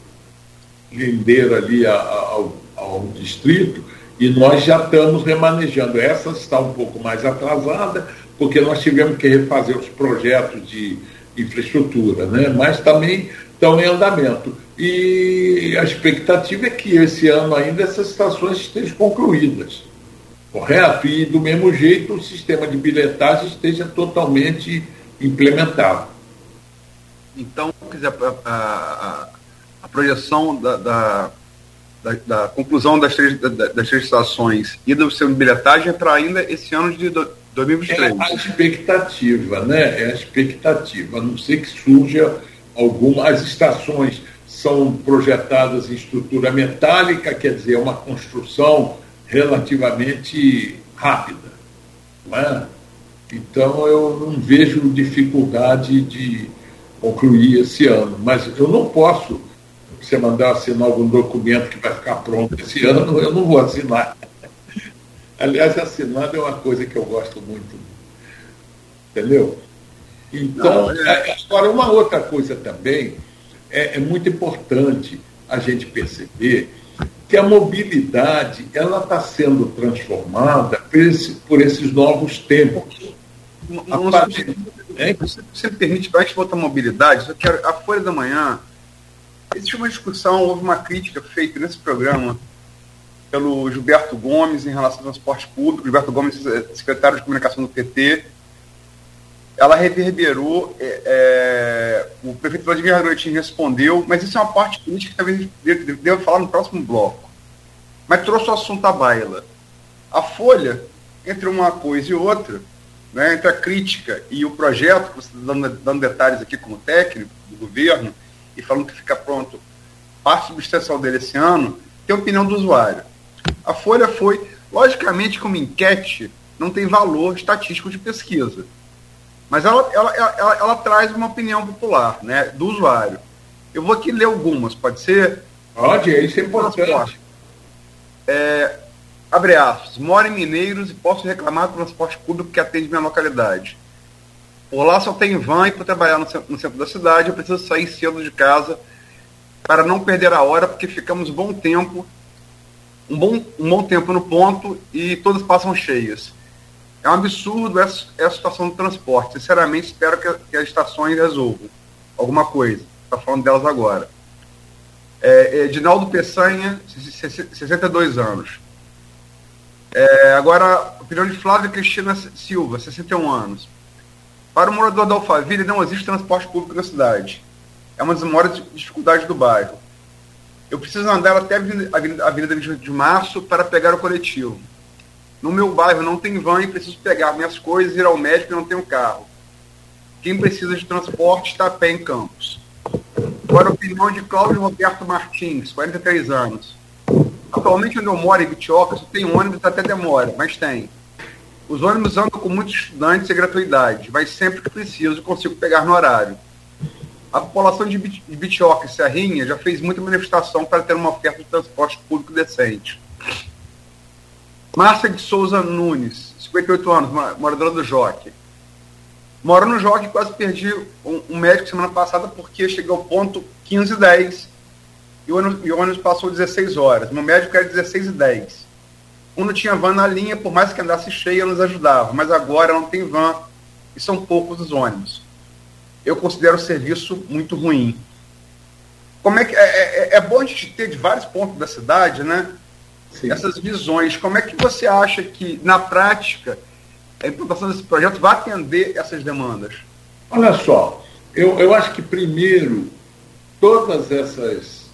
lindeira ali ao distrito, e nós já estamos remanejando. Essa está um pouco mais atrasada, porque nós tivemos que refazer os projetos de infraestrutura, né? Mas também estão em andamento. E a expectativa é que esse ano ainda essas estações estejam concluídas, correto? E do mesmo jeito o sistema de bilhetagem esteja totalmente implementado. Então, quer dizer, a projeção da conclusão das três estações e do sistema de bilhetagem é para ainda esse ano de 2023. É a expectativa, né? É a expectativa, a não ser que surja alguma. As estações são projetadas em estrutura metálica, quer dizer, é uma construção relativamente rápida, não é? Então eu não vejo dificuldade de concluir esse ano, mas eu não posso, se você mandar assinar algum documento que vai ficar pronto esse ano, eu não vou assinar. Aliás, assinado é uma coisa que eu gosto muito, entendeu? Então, agora uma outra coisa também, é muito importante a gente perceber que a mobilidade ela está sendo transformada por esses novos tempos. Você me permite, para a gente botar mobilidade, eu quero, a Folha da Manhã, existe uma discussão, houve uma crítica feita nesse programa pelo Gilberto Gomes em relação ao transporte público. Gilberto Gomes, secretário de comunicação do PT. Ela reverberou, o prefeito Vladimir Garotinho respondeu, mas isso é uma parte política que talvez deva falar no próximo bloco. Mas trouxe o assunto à baila. A Folha, entre uma coisa e outra, né, entre a crítica e o projeto, que você está dando detalhes aqui como técnico do governo, e falando que fica pronto parte substancial dele esse ano, tem a opinião do usuário. A Folha foi, logicamente, como enquete, não tem valor estatístico de pesquisa. Mas ela traz uma opinião popular, né, do usuário. Eu vou aqui ler algumas, pode ser? Pode, isso é importante. Abre aspas. Moro em Mineiros e posso reclamar do transporte público que atende minha localidade. Por lá só tem van e para trabalhar no centro da cidade eu preciso sair cedo de casa para não perder a hora, porque ficamos um bom tempo no ponto e todas passam cheias. É um absurdo essa situação do transporte. Sinceramente, espero que as estações resolvam alguma coisa. Está falando delas agora. Edinaldo Peçanha, 62 anos. Agora, a opinião de Flávia Cristina Silva, 61 anos. Para o morador da Alphaville, não existe transporte público na cidade. É uma das maiores dificuldades do bairro. Eu preciso andar até a Avenida 20 de Março para pegar o coletivo. No meu bairro não tem van e preciso pegar minhas coisas, ir ao médico e não tenho carro. Quem precisa de transporte está a pé em Campos. Agora, a opinião de Cláudio Roberto Martins, 43 anos. Atualmente, onde eu moro, em Bitioca, só tem ônibus, até demora, mas tem. Os ônibus andam com muitos estudantes e gratuidade, mas sempre que preciso, consigo pegar no horário. A população de Bitioca e Serrinha já fez muita manifestação para ter uma oferta de transporte público decente. Márcia de Souza Nunes, 58 anos, moradora do Jockey. Moro no Jockey, quase perdi um médico semana passada porque cheguei ao ponto 15h10 e o ônibus passou 16 horas. Meu médico era 16h10. Quando tinha van na linha, por mais que andasse cheia, nos ajudava, mas agora não tem van e são poucos os ônibus. Eu considero o serviço muito ruim. Como é que é bom a gente ter de vários pontos da cidade, né? Sim. Essas visões. Como é que você acha que, na prática, a implantação desse projeto vai atender essas demandas? Olha só, eu acho que primeiro, todas essas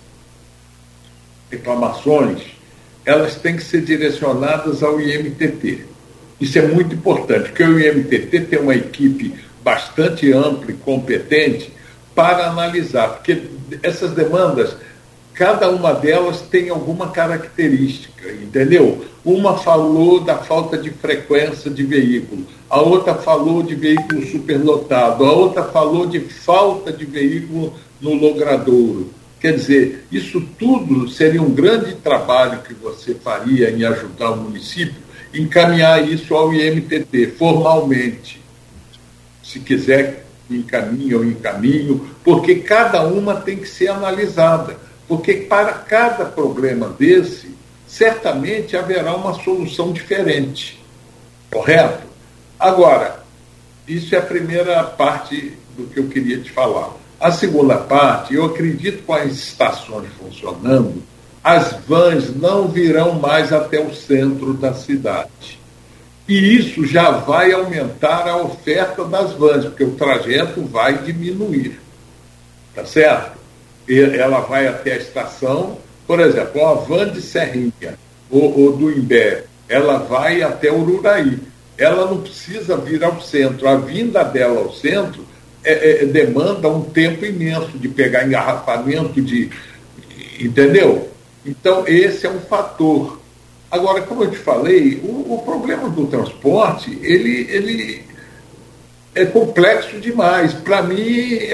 reclamações, elas têm que ser direcionadas ao IMTT. Isso é muito importante, porque o IMTT tem uma equipe bastante ampla e competente para analisar, porque essas demandas, cada uma delas tem alguma característica, entendeu? Uma falou da falta de frequência de veículo, a outra falou de veículo superlotado, a outra falou de falta de veículo no logradouro. Quer dizer, isso tudo seria um grande trabalho que você faria em ajudar o município, encaminhar isso ao IMTT formalmente. Se quiser, encaminho, porque cada uma tem que ser analisada. Porque para cada problema desse, certamente haverá uma solução diferente. Correto? Agora, isso é a primeira parte do que eu queria te falar. A segunda parte, eu acredito que com as estações funcionando, as vans não virão mais até o centro da cidade. E isso já vai aumentar a oferta das vans, porque o trajeto vai diminuir. Tá certo? Ela vai até a estação, por exemplo, uma van de Serrinha ou do Imbé, ela vai até Ururaí. Ela não precisa vir ao centro. A vinda dela ao centro demanda um tempo imenso de pegar engarrafamento, entendeu? Então, esse é um fator. Agora, como eu te falei, o problema do transporte, ele é complexo demais. Para mim, é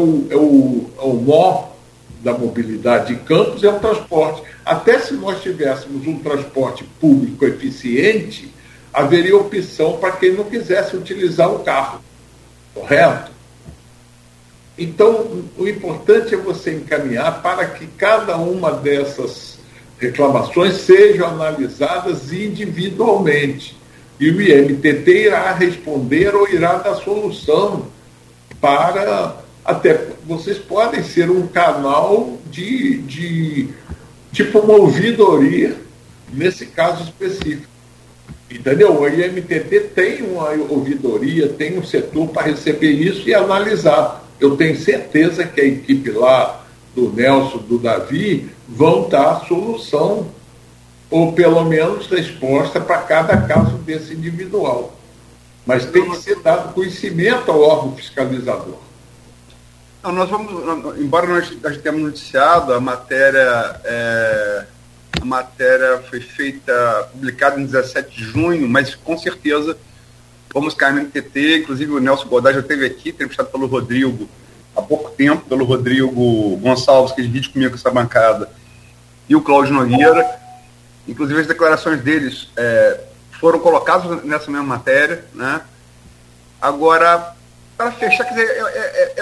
o nó da mobilidade de Campos, é o transporte. Até se nós tivéssemos um transporte público eficiente, haveria opção para quem não quisesse utilizar o carro. Correto? Então, o importante é você encaminhar para que cada uma dessas reclamações sejam analisadas individualmente. E o IMTT irá responder ou irá dar solução para... Até vocês podem ser um canal de tipo uma ouvidoria nesse caso específico. Entendeu? O IMTT tem uma ouvidoria, tem um setor para receber isso e analisar. Eu tenho certeza que a equipe lá do Nelson, do Davi, vão dar solução, ou pelo menos resposta para cada caso desse individual. Mas tem que ser dado conhecimento ao órgão fiscalizador. Não, nós vamos, embora nós tenhamos noticiado, a matéria foi publicada em 17 de junho, mas com certeza vamos cair no MTT, inclusive o Nelson Godard já esteve aqui, entrevistado pelo Rodrigo, há pouco tempo pelo Rodrigo Gonçalves, que divide comigo essa bancada, e o Cláudio Nogueira. Inclusive as declarações deles foram colocadas nessa mesma matéria, né? Agora, para fechar, quer dizer,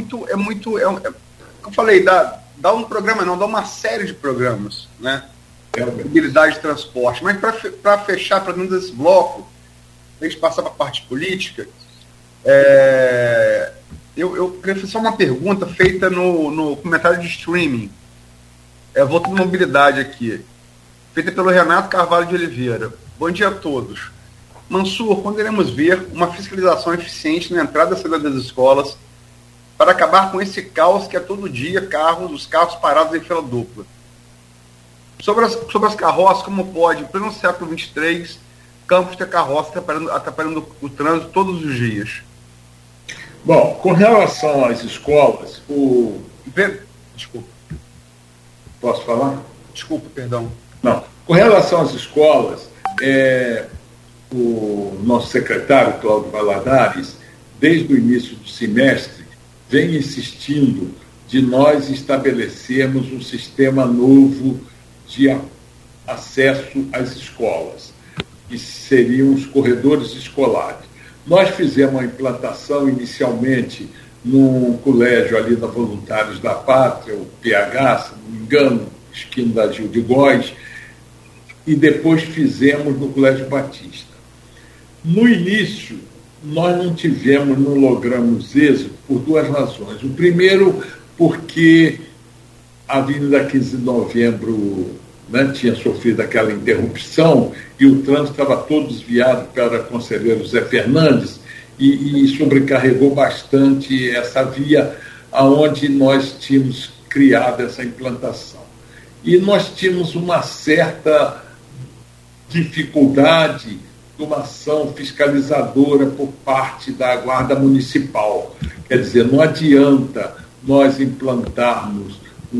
eu falei, dá um programa, não, dá uma série de programas, né? Mobilidade de transporte. Mas para fechar, para dentro desse bloco, a gente passar para a parte política, eu queria fazer só uma pergunta feita no comentário de streaming. Voltando à mobilidade aqui, feita pelo Renato Carvalho de Oliveira. Bom dia a todos. Mansur, quando iremos ver uma fiscalização eficiente na entrada e saída das escolas para acabar com esse caos que é todo dia os carros parados em fila dupla? Sobre as carroças, como pode, em pleno século XXIII, Campos ter carroça atrapalhando o trânsito todos os dias? Bom, com relação às escolas, Desculpa. Posso falar? Desculpa, perdão. Não. Com relação às escolas, o nosso secretário, Cláudio Valadares, desde o início do semestre, vem insistindo de nós estabelecermos um sistema novo de acesso às escolas, que seriam os corredores escolares. Nós fizemos uma implantação inicialmente num colégio ali da Voluntários da Pátria, o PH, se não me engano, esquina da Gil de Góes, e depois fizemos no Colégio Batista. No início, nós não logramos êxito por duas razões. O primeiro, porque a Avenida 15 de Novembro, né, tinha sofrido aquela interrupção e o trânsito estava todo desviado para Conselheiro Zé Fernandes e sobrecarregou bastante essa via aonde nós tínhamos criado essa implantação. E nós tínhamos uma certa dificuldade de uma ação fiscalizadora por parte da Guarda Municipal. Quer dizer, não adianta nós implantarmos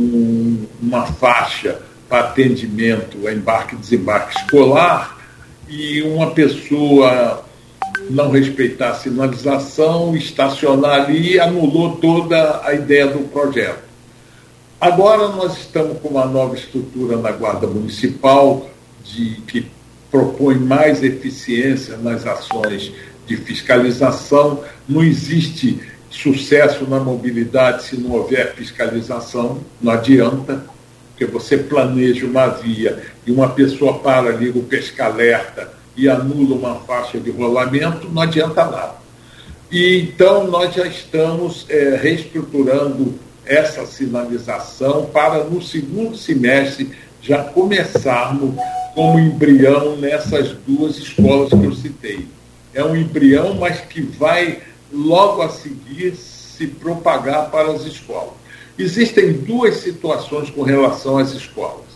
uma faixa para atendimento a embarque e desembarque escolar e uma pessoa não respeitar a sinalização, estacionar ali e anulou toda a ideia do projeto. Agora nós estamos com uma nova estrutura na Guarda Municipal que propõe mais eficiência nas ações de fiscalização. Não existe sucesso na mobilidade se não houver fiscalização, não adianta, porque você planeja uma via e uma pessoa para, liga o pisca-alerta e anula uma faixa de rolamento, não adianta nada. E então nós já estamos reestruturando essa sinalização para no segundo semestre já começarmos como embrião nessas duas escolas que eu citei. É um embrião, mas que vai logo a seguir se propagar para as escolas. Existem duas situações com relação às escolas.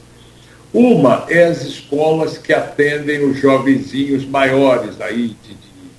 Uma é as escolas que atendem os jovenzinhos maiores, aí de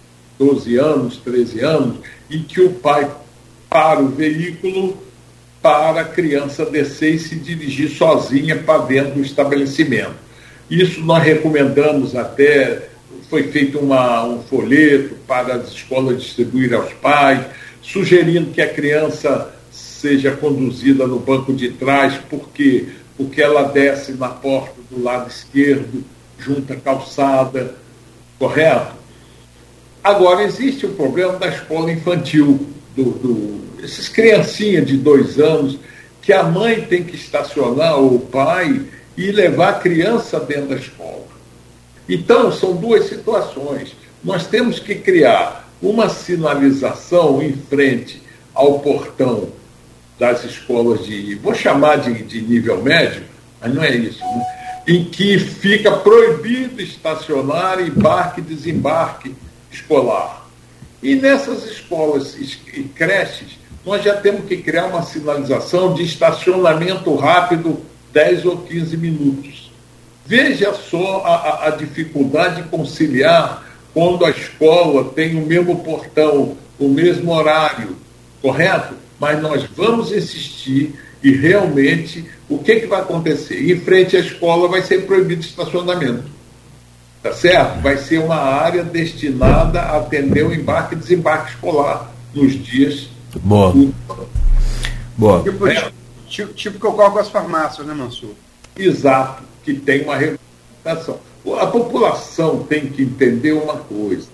12 anos, 13 anos, em que o pai para o veículo para a criança descer e se dirigir sozinha para dentro do estabelecimento. Isso nós recomendamos até, foi feito um folheto para as escolas distribuir aos pais, sugerindo que a criança seja conduzida no banco de trás, porque ela desce na porta do lado esquerdo, junto à calçada, correto? Agora, existe o problema da escola infantil, essas criancinhas de 2 anos, que a mãe tem que estacionar, ou o pai, e levar a criança dentro da escola. Então, são duas situações. Nós temos que criar uma sinalização em frente ao portão das escolas vou chamar de nível médio, mas não é isso, né? Em que fica proibido estacionar embarque e desembarque escolar. E nessas escolas e creches, nós já temos que criar uma sinalização de estacionamento rápido, 10 ou 15 minutos. Veja só a dificuldade de conciliar quando a escola tem o mesmo portão, o mesmo horário, correto? Mas nós vamos insistir e realmente o que vai acontecer? Em frente à escola vai ser proibido estacionamento. Tá certo? Vai ser uma área destinada a atender o embarque e desembarque escolar nos dias. Boa. Boa. Tipo que ocorre com as farmácias, né, Mansur? Exato, que tem uma regulamentação. A população tem que entender uma coisa.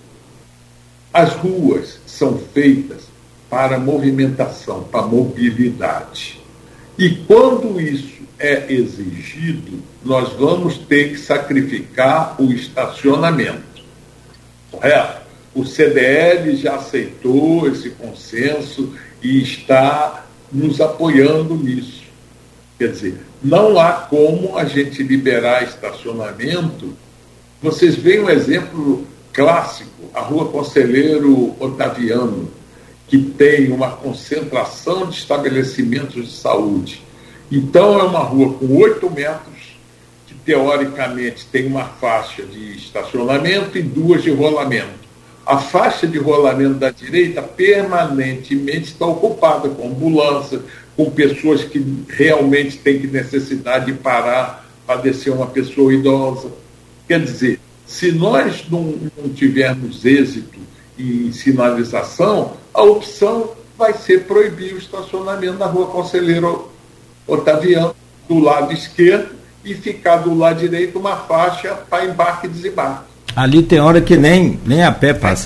As ruas são feitas para movimentação, para mobilidade. E quando isso é exigido, nós vamos ter que sacrificar o estacionamento. Correto? O CDL já aceitou esse consenso e está nos apoiando nisso. Quer dizer, não há como a gente liberar estacionamento. Vocês veem um exemplo clássico, a Rua Conselheiro Otaviano, que tem uma concentração de estabelecimentos de saúde. Então, é uma rua com 8 metros, que teoricamente tem uma faixa de estacionamento e 2 de rolamento. A faixa de rolamento da direita permanentemente está ocupada com ambulância, com pessoas que realmente têm necessidade de parar para descer uma pessoa idosa. Quer dizer, se nós não tivermos êxito em sinalização, a opção vai ser proibir o estacionamento na Rua Conselheiro Otaviano, do lado esquerdo, e ficar do lado direito uma faixa para embarque e desembarque. Ali tem hora que nem a pé passa.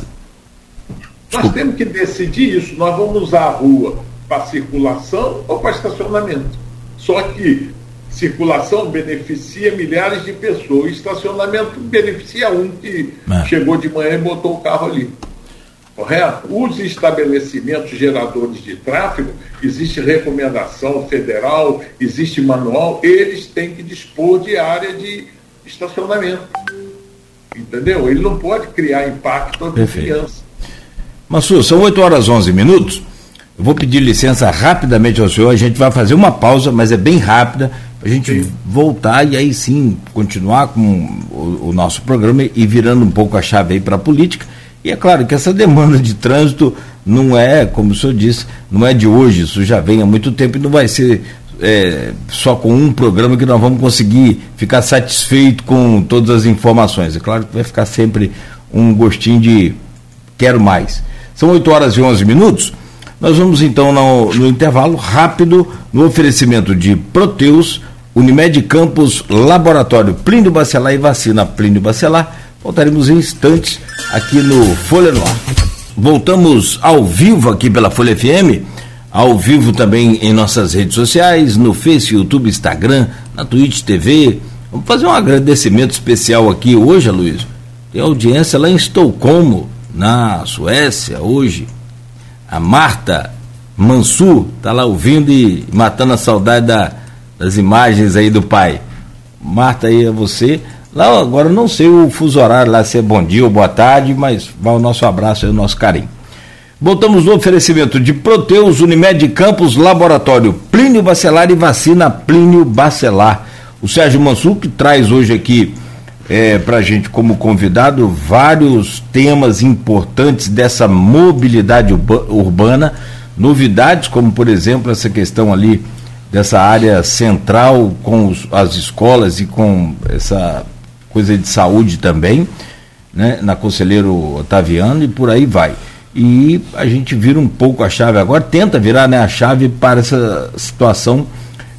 Nós temos que decidir isso. Nós vamos usar a rua para circulação ou para estacionamento. Só que circulação beneficia milhares de pessoas. Estacionamento beneficia um que chegou de manhã e botou o carro ali. Correto? Os estabelecimentos geradores de tráfego, existe recomendação federal, existe manual, eles têm que dispor de área de estacionamento. Entendeu? Ele não pode criar impacto de criança. Mansur, são 8h11. Eu vou pedir licença rapidamente ao senhor, a gente vai fazer uma pausa, mas é bem rápida, para a gente voltar e aí sim continuar com o nosso programa e virando um pouco a chave aí para a política. E é claro que essa demanda de trânsito não é, como o senhor disse, não é de hoje, isso já vem há muito tempo e não vai ser só com um programa que nós vamos conseguir ficar satisfeito com todas as informações. É claro que vai ficar sempre um gostinho de quero mais. São 8h11. Nós vamos então no intervalo rápido, no oferecimento de Proteus, Unimed Campos, Laboratório Plínio Bacelar e Vacina Plínio Bacelar. Voltaremos em instantes aqui no Folha no Ar. Voltamos ao vivo aqui pela Folha FM, ao vivo também em nossas redes sociais, no Face, YouTube, Instagram, na Twitch TV. Vamos fazer um agradecimento especial aqui hoje, Luiz. Tem audiência lá em Estocolmo, na Suécia, hoje. A Marta Mansur está lá ouvindo e matando a saudade das imagens aí do pai. Marta, aí é você. Lá agora eu não sei o fuso horário lá, se é bom dia ou boa tarde, mas vai o nosso abraço e o nosso carinho. Voltamos no oferecimento de Proteus, Unimed Campos, Laboratório Plínio Bacelar e Vacina Plínio Bacelar. O Sérgio Mansur, que traz hoje aqui para a gente como convidado vários temas importantes dessa mobilidade urbana, novidades como, por exemplo, essa questão ali dessa área central com as escolas e com essa coisa de saúde também, né, na Conselheiro Otaviano e por aí vai. E a gente vira um pouco a chave agora, tenta virar, né, a chave para essa situação,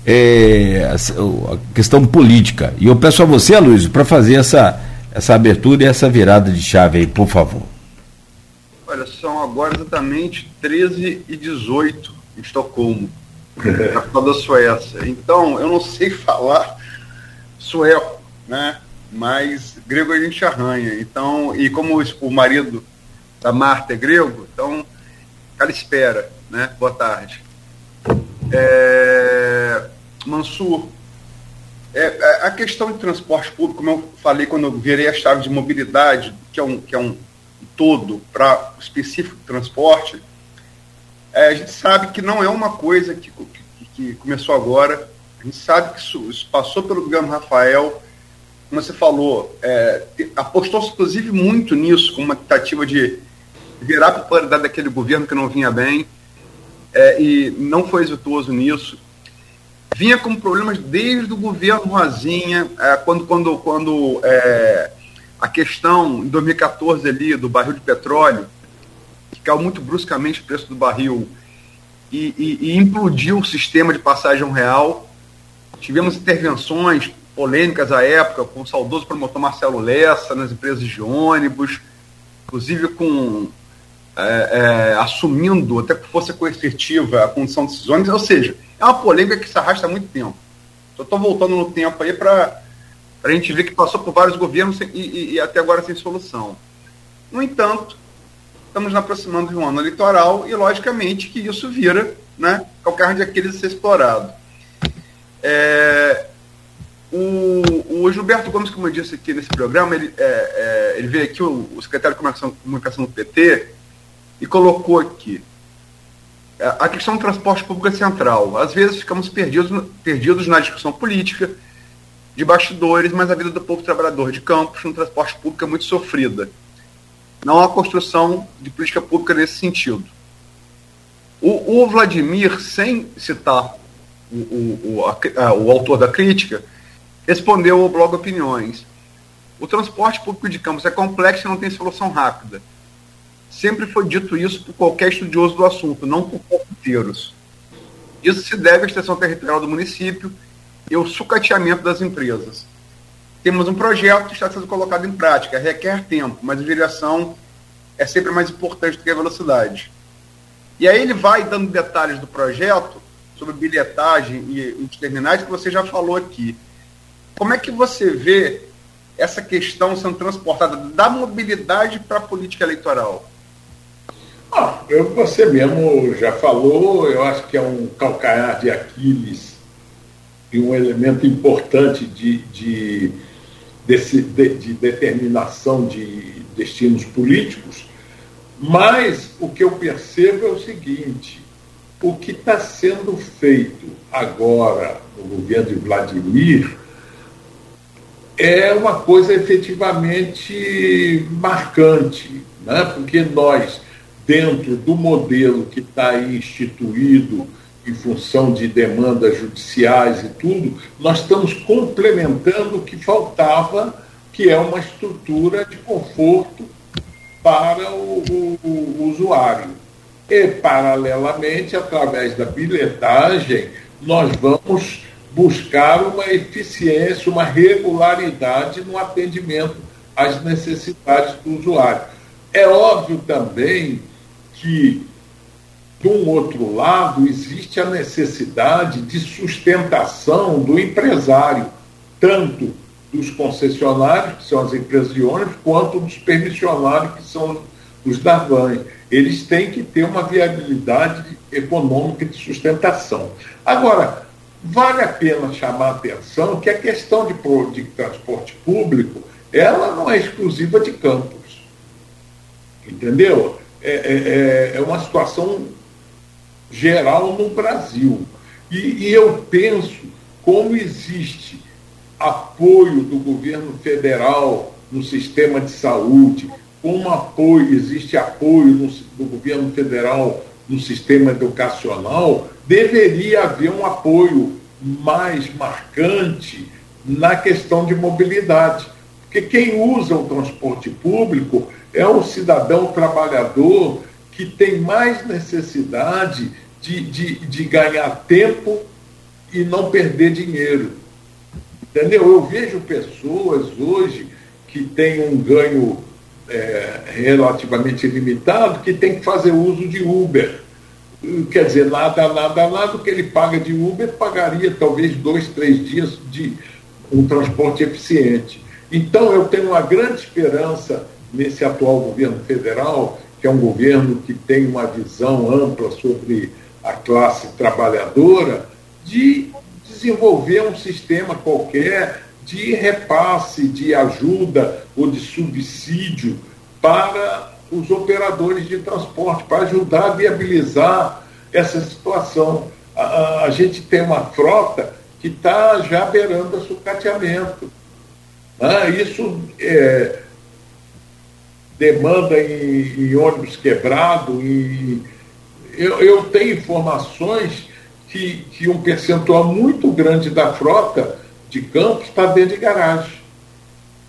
a questão política. E eu peço a você, Luiz, para fazer essa abertura e essa virada de chave aí, por favor. Olha, são agora exatamente 13h18 em Estocolmo, capital da Suécia. Então, eu não sei falar sueco, né? Mas grego a gente arranha. Então, e como o marido da Marta é grego, então, ela espera, né? Boa tarde. Mansur, a questão de transporte público, como eu falei quando eu virei a chave de mobilidade, que é um todo para o específico transporte, a gente sabe que não é uma coisa que começou agora. A gente sabe que isso passou pelo governo Rafael, como você falou, apostou-se inclusive muito nisso, com uma tentativa de virar a popularidade daquele governo que não vinha bem, e não foi exitoso nisso. Vinha com problemas desde o governo Rosinha, quando a questão, em 2014 ali, do barril de petróleo, que caiu muito bruscamente o preço do barril, e implodiu o sistema de passagem real. Tivemos intervenções polêmicas à época com o saudoso promotor Marcelo Lessa nas empresas de ônibus, inclusive assumindo, até que fosse coercitiva, a condição desses ônibus. Ou seja, é uma polêmica que se arrasta há muito tempo. Eu estou voltando no tempo aí para a gente ver que passou por vários governos e até agora sem solução. No entanto, estamos nos aproximando de um ano eleitoral e, logicamente, que isso vira, né, calcanhar de Aquiles a ser explorado. O Gilberto Gomes, como eu disse aqui nesse programa, ele veio aqui, o secretário de comunicação do PT, e colocou aqui: a questão do transporte público é central. Às vezes ficamos perdidos na discussão política, de bastidores, mas a vida do povo trabalhador de Campos no transporte público é muito sofrida. Não há construção de política pública nesse sentido. O Vladimir, sem citar o autor da crítica, respondeu ao blog Opiniões: o transporte público de Campos é complexo e não tem solução rápida. Sempre foi dito isso por qualquer estudioso do assunto, não por palpiteiros. Isso se deve à extensão territorial do município e ao sucateamento das empresas. Temos um projeto que está sendo colocado em prática, requer tempo, mas a direção é sempre mais importante do que a velocidade. E aí ele vai dando detalhes do projeto, sobre bilhetagem e os terminais, que você já falou aqui. Como é que você vê essa questão sendo transportada da mobilidade para a política eleitoral? Você mesmo já falou, eu acho que é um calcanhar de Aquiles e um elemento importante de determinação de destinos políticos, mas o que eu percebo é o seguinte: o que está sendo feito agora no governo de Vladimir é uma coisa efetivamente marcante, né? Porque nós, dentro do modelo que está aí instituído em função de demandas judiciais e tudo, nós estamos complementando o que faltava, que é uma estrutura de conforto para o usuário. E, paralelamente, através da bilhetagem, nós vamos buscar uma eficiência, uma regularidade no atendimento às necessidades do usuário. É óbvio também que, de um outro lado, existe a necessidade de sustentação do empresário, tanto dos concessionários, que são as empresas de ônibus, quanto dos permissionários, que são os da van. Eles têm que ter uma viabilidade econômica de sustentação. Agora, vale a pena chamar a atenção que a questão de transporte público, ela não é exclusiva de Campos. Entendeu? É uma situação geral no Brasil. E eu penso como existe apoio do governo federal no sistema de saúde, como existe apoio do governo federal no sistema educacional, deveria haver um apoio mais marcante na questão de mobilidade. Porque quem usa o transporte público é o cidadão trabalhador que tem mais necessidade de ganhar tempo e não perder dinheiro. Entendeu? Eu vejo pessoas hoje que têm um ganho relativamente limitado, que tem que fazer uso de Uber. Quer dizer, nada o que ele paga de Uber pagaria talvez 2, 3 dias de um transporte eficiente. Então eu tenho uma grande esperança nesse atual governo federal, que é um governo que tem uma visão ampla sobre a classe trabalhadora, de desenvolver um sistema qualquer de repasse, de ajuda ou de subsídio para os operadores de transporte, para ajudar a viabilizar essa situação. A gente tem uma frota que está já beirando a sucateamento. Isso demanda em ônibus quebrado. Eu tenho informações que um percentual muito grande da frota de Campos está dentro de garagem.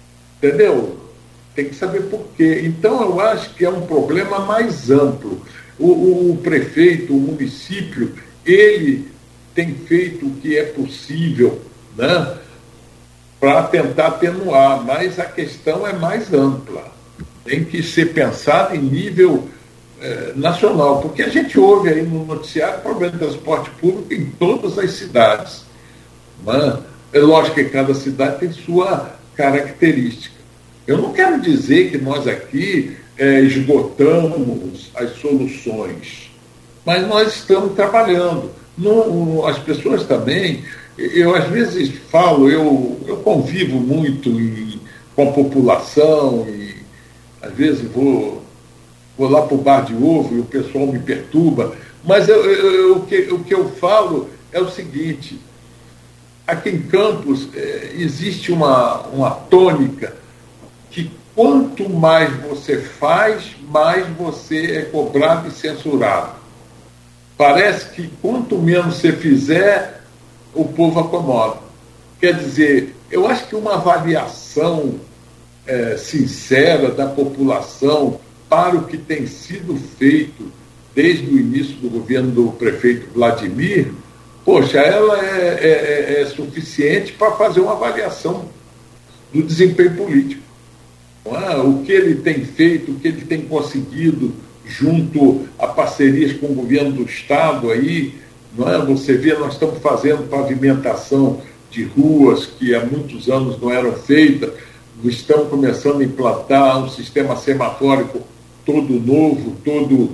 Entendeu? Tem que saber por quê. Então, eu acho que é um problema mais amplo. O prefeito, o município, ele tem feito o que é possível, né, para tentar atenuar, mas a questão é mais ampla. Tem que ser pensada em nível nacional, porque a gente ouve aí no noticiário problema de transporte público em todas as cidades. Né? É lógico que cada cidade tem sua característica. Eu não quero dizer que nós aqui esgotamos as soluções, mas nós estamos trabalhando. As pessoas também, eu às vezes falo, eu convivo muito com a população e às vezes vou lá para o bar de ovo e o pessoal me perturba, mas o que eu falo é o seguinte: aqui em Campos existe uma tônica que quanto mais você faz, mais você é cobrado e censurado. Parece que quanto menos você fizer, o povo acomoda. Quer dizer, eu acho que uma avaliação sincera da população para o que tem sido feito desde o início do governo do prefeito Vladimir, poxa, ela é suficiente para fazer uma avaliação do desempenho político. O que ele tem feito, o que ele tem conseguido junto a parcerias com o governo do Estado aí, não é? Você vê, nós estamos fazendo pavimentação de ruas que há muitos anos não eram feitas, estamos começando a implantar um sistema semafórico todo novo, todo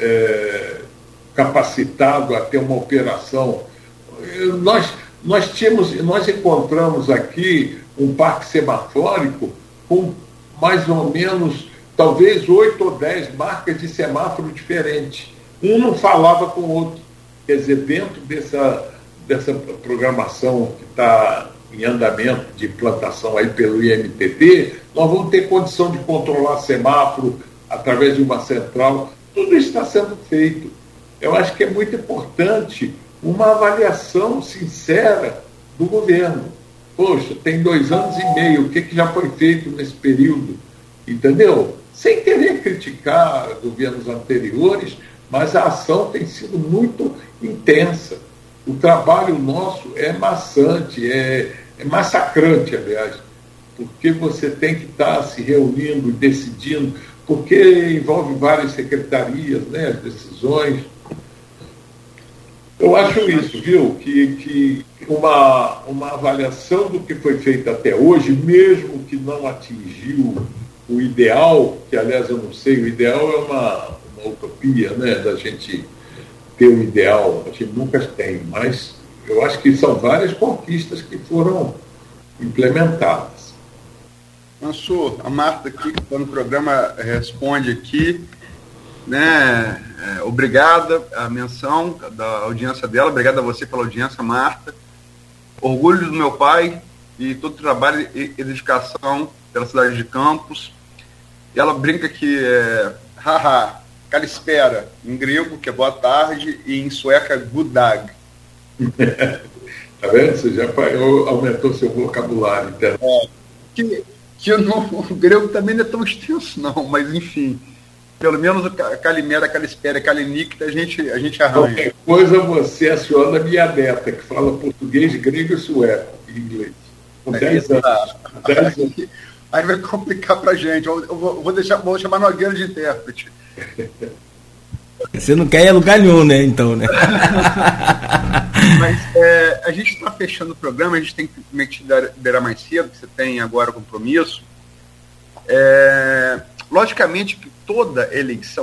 capacitado a ter uma operação. Nós encontramos aqui um parque semafórico com mais ou menos, talvez 8 ou 10 marcas de semáforo diferentes. Um não falava com o outro. Quer dizer, dentro dessa programação que está em andamento de implantação aí pelo IMTT, nós vamos ter condição de controlar semáforo através de uma central. Tudo isso está sendo feito. Eu acho que é muito importante uma avaliação sincera do governo. Poxa, tem 2 anos e meio, o que já foi feito nesse período? Entendeu? Sem querer criticar governos anteriores, mas a ação tem sido muito intensa. O trabalho nosso é maçante, é massacrante, aliás, porque você tem que estar se reunindo, decidindo, porque envolve várias secretarias, né, as decisões. Eu acho isso, viu, que uma avaliação do que foi feito até hoje, mesmo que não atingiu o ideal, que aliás eu não sei, o ideal é uma utopia, né, da gente ter o ideal, a gente nunca tem, mas eu acho que são várias conquistas que foram implementadas. Mansur, a Marta aqui que está no programa responde aqui, né? Obrigada a menção da audiência dela, obrigado a você pela audiência, Marta. Orgulho do meu pai e todo o trabalho e dedicação pela cidade de Campos. E ela brinca que haha, kalispera, em grego, que é boa tarde, e em sueca, good dag. Tá vendo? Você já aumentou seu vocabulário. Que o grego também não é tão extenso, não, mas enfim. Pelo menos o calimera, calispera, calinicta, a gente arranha. Qualquer coisa você aciona a minha neta, que fala português, grego e sueco, em inglês. Com 10 anos. 10 anos. Aí vai complicar pra gente. Eu vou chamar Nogueira de intérprete. Você não quer ir a lugar nenhum, né? Então, né? Mas a gente está fechando o programa, a gente tem que te liberar mais cedo, que você tem agora compromisso. Logicamente que toda eleição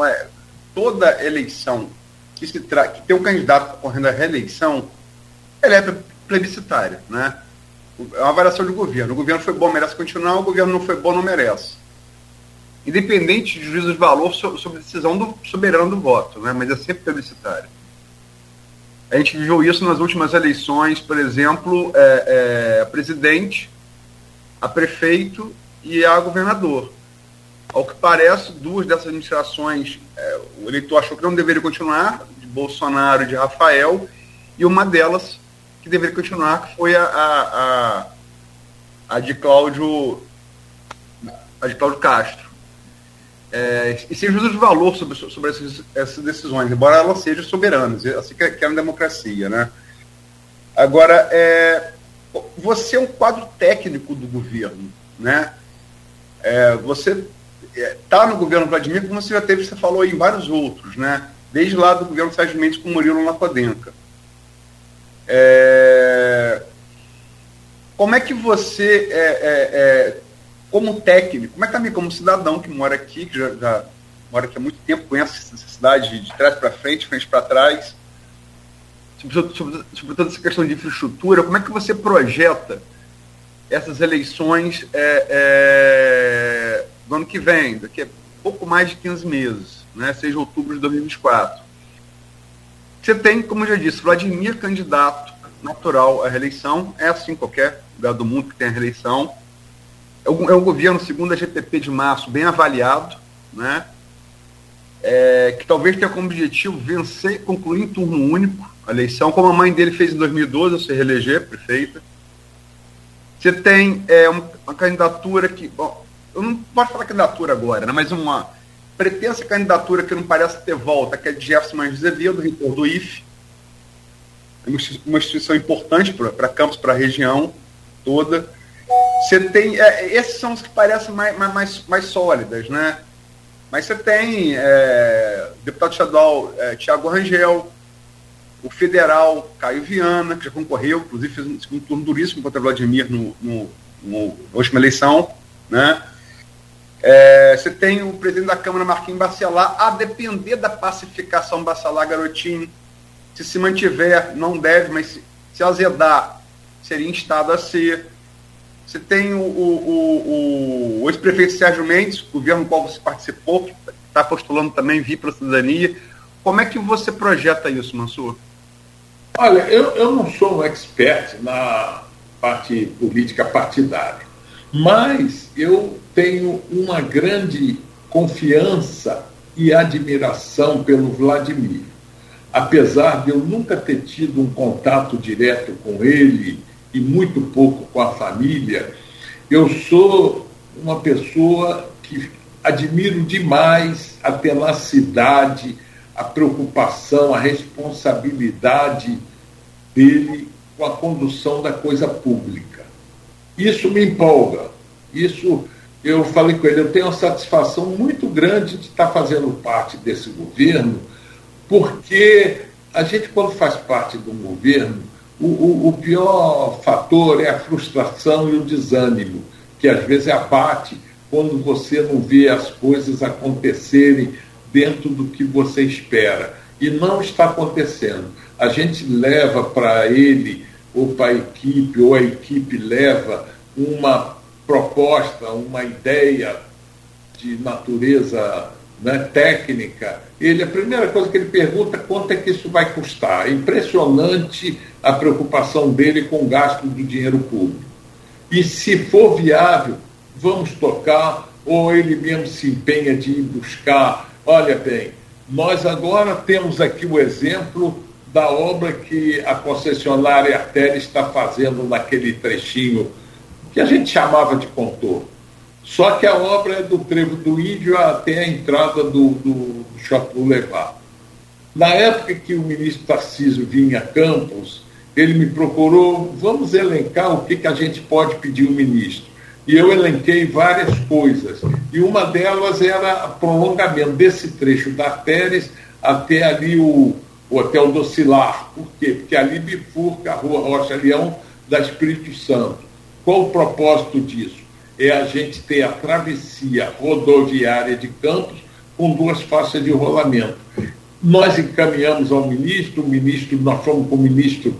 que tem um candidato correndo a reeleição, ela é plebiscitária, né? É uma avaliação do governo. O governo foi bom, merece continuar. O governo não foi bom, não merece. Independente de juízo de valor sobre a decisão do soberano do voto, né? Mas é sempre plebiscitário. A gente viu isso nas últimas eleições, por exemplo, a presidente, a prefeito e a governador. Ao que parece, 2 dessas administrações, o eleitor achou que não deveria continuar, de Bolsonaro e de Rafael, e uma delas que deveria continuar, que foi a de Cláudio Castro. e sem juízo de valor sobre essas decisões, embora elas sejam soberanas, assim que é uma democracia, né? Agora, você é um quadro técnico do governo, né? Você está no governo Vladimir, como você já teve, você falou em vários outros, né? Desde lá do governo Sérgio Mendes com Murilo Lacodenca. Como é que você, como técnico, como é que também como cidadão que mora aqui, que já mora aqui há muito tempo, conhece essa cidade de trás para frente para trás, sobre toda essa questão de infraestrutura, como é que você projeta essas eleições do ano que vem, daqui a pouco mais de 15 meses, né, seja outubro de 2024. Você tem, como eu já disse, Vladimir candidato natural à reeleição, é assim qualquer lugar do mundo que tem a reeleição. É um governo, segundo a GPP de março, bem avaliado, né, que talvez tenha como objetivo vencer, concluir em turno único a eleição, como a mãe dele fez em 2012, ao se reeleger prefeita. Você tem uma candidatura que... Bom, eu não posso falar candidatura agora, né, mas uma pretensa candidatura que não parece ter volta, que é de Jefferson Martins Azevedo, reitor do IFE, uma instituição importante para Campos, para a região toda. Você tem... esses são os que parecem mais sólidas, né? Mas você tem deputado estadual Tiago Rangel, o federal Caio Viana, que já concorreu, inclusive fez um segundo turno duríssimo contra Vladimir na última eleição, né? Você tem o presidente da Câmara, Marquinhos Bacelar, a depender da pacificação Bacelar-Garotinho. Se mantiver, não deve, mas se azedar, seria instado a ser. Você tem o ex-prefeito Sérgio Mendes, governo no qual você participou, que está postulando também vir para a cidadania. Como é que você projeta isso, Mansur? Olha, eu não sou um expert na parte política partidária, mas eu tenho uma grande confiança e admiração pelo Vladimir. Apesar de eu nunca ter tido um contato direto com ele e muito pouco com a família, eu sou uma pessoa que admiro demais a tenacidade, a preocupação, a responsabilidade dele com a condução da coisa pública. Isso me empolga. Isso, eu falei com ele, eu tenho uma satisfação muito grande de estar fazendo parte desse governo, porque a gente, quando faz parte de um governo, o pior fator é a frustração e o desânimo, que às vezes abate quando você não vê as coisas acontecerem dentro do que você espera. E não está acontecendo. A gente leva para ele, ou para a equipe, ou a equipe leva uma proposta, uma ideia de natureza, né, técnica. A primeira coisa que ele pergunta, quanto é que isso vai custar? É impressionante a preocupação dele com o gasto do dinheiro público. E se for viável, vamos tocar, ou ele mesmo se empenha de ir buscar. Olha bem, nós agora temos aqui o exemplo da obra que a concessionária Artéria está fazendo naquele trechinho que a gente chamava de contorno. Só que a obra é do Trevo do Índio até a entrada do Shopping Boulevard. Na época que o ministro Tarcísio vinha a Campos, ele me procurou, vamos elencar o que a gente pode pedir ao ministro. E eu elenquei várias coisas. E uma delas era o prolongamento desse trecho da Artéres até ali o Hotel do Cilar. Por quê? Porque ali bifurca a Rua Rocha Leão da Espírito Santo. Qual o propósito disso? É a gente ter a travessia rodoviária de Campos com 2 faixas de rolamento. Nós encaminhamos ao ministro, nós fomos com o ministro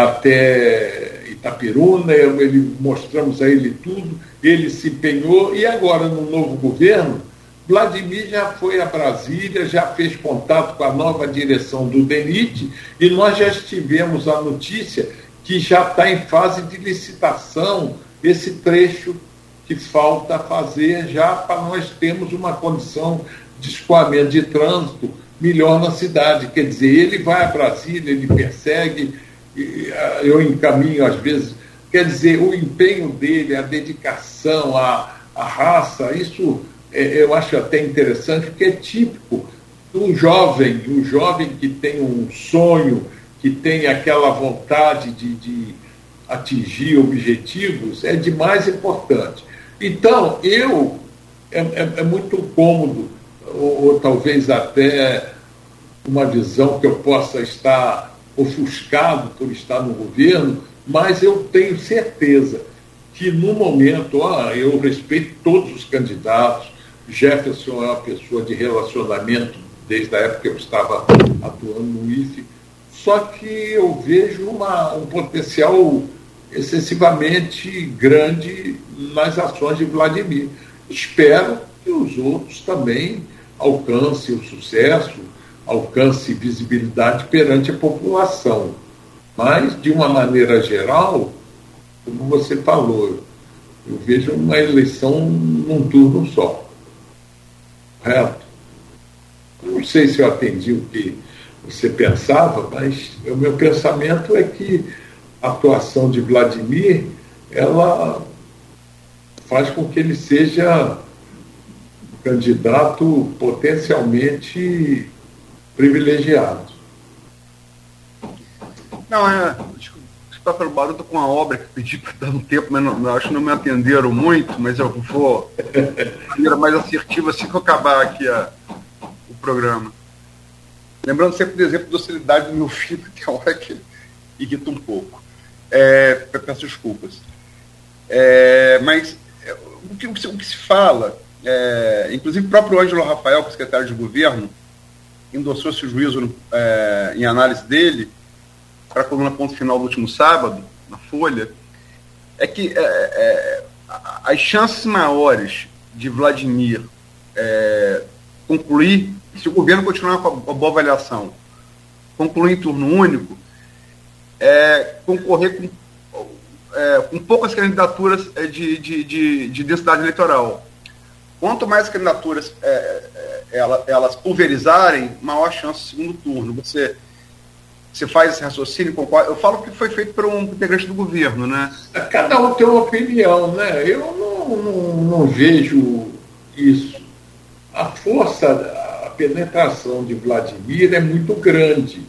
até Itaperuna, mostramos a ele tudo, ele se empenhou, e agora no novo governo, Vladimir já foi a Brasília, já fez contato com a nova direção do DENIT, e nós já tivemos a notícia que já está em fase de licitação esse trecho que falta fazer já para nós termos uma condição de escoamento de trânsito melhor na cidade. Quer dizer, ele vai a Brasília, ele persegue, eu encaminho às vezes. Quer dizer, o empenho dele, a dedicação, a raça, isso eu acho até interessante, porque é típico do jovem, o jovem que tem um sonho, que tem aquela vontade de atingir objetivos, é de mais importante. Então, é muito cômodo, ou talvez até uma visão que eu possa estar ofuscado por estar no governo, mas eu tenho certeza que no momento, eu respeito todos os candidatos. Jefferson é uma pessoa de relacionamento desde a época que eu estava atuando no IFE, só que eu vejo um potencial excessivamente grande nas ações de Vladimir. Espero que os outros também alcancem o sucesso, alcancem visibilidade perante a população. Mas, de uma maneira geral, como você falou, eu vejo uma eleição num turno só. Correto? Não sei se eu atendi o que você pensava, mas o meu pensamento é que a atuação de Vladimir, ela faz com que ele seja um candidato potencialmente privilegiado. Não, desculpa pelo barulho, estou com uma obra que pedi para dar um tempo, mas acho que não me atenderam muito, mas eu vou de maneira mais assertiva assim que eu acabar aqui o programa. Lembrando sempre do exemplo de docilidade do meu filho, que é uma hora que irrita um pouco. Peço desculpas. Mas o que se fala, inclusive o próprio Ângelo Rafael, que é secretário de governo, endossou esse juízo em análise dele para a coluna Ponto Final do último sábado, na Folha, é que as chances maiores de Vladimir concluir, se o governo continuar com a boa avaliação, concluir em turno único, concorrer com poucas candidaturas de densidade eleitoral. Quanto mais candidaturas elas pulverizarem, maior chance de segundo turno. Você faz esse raciocínio, concorda? Eu falo que foi feito por um integrante do governo, né? Cada um tem uma opinião, né? Eu não vejo isso. A força, a penetração de Vladimir é muito grande.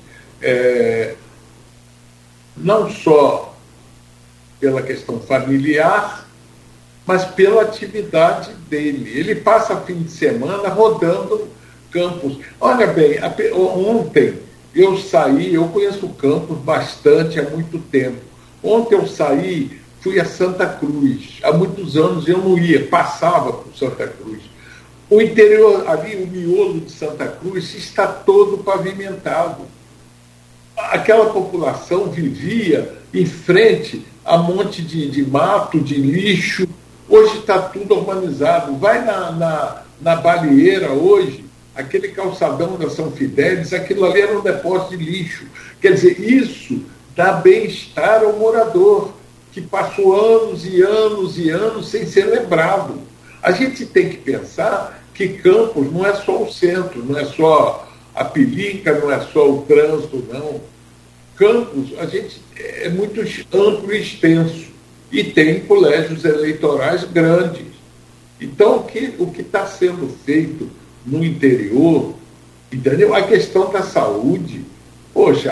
Não só pela questão familiar, mas pela atividade dele. Ele passa fim de semana rodando Campos. Olha bem, ontem eu saí, eu conheço Campos bastante há muito tempo. Ontem eu saí, fui a Santa Cruz. Há muitos anos eu não ia, passava por Santa Cruz. O interior, ali, o miolo de Santa Cruz está todo pavimentado. Aquela população vivia em frente a monte de mato, de lixo. Hoje está tudo urbanizado. Vai na Balieira hoje, aquele calçadão da São Fidélis, aquilo ali era um depósito de lixo. Quer dizer, isso dá bem-estar ao morador, que passou anos e anos e anos sem ser lembrado. A gente tem que pensar que Campos não é só o centro, não é só a Pilinca, não é só o trânsito, não. Campos, a gente é muito amplo e extenso e tem colégios eleitorais grandes. Então, o que está sendo feito no interior, entendeu? A questão da saúde, poxa,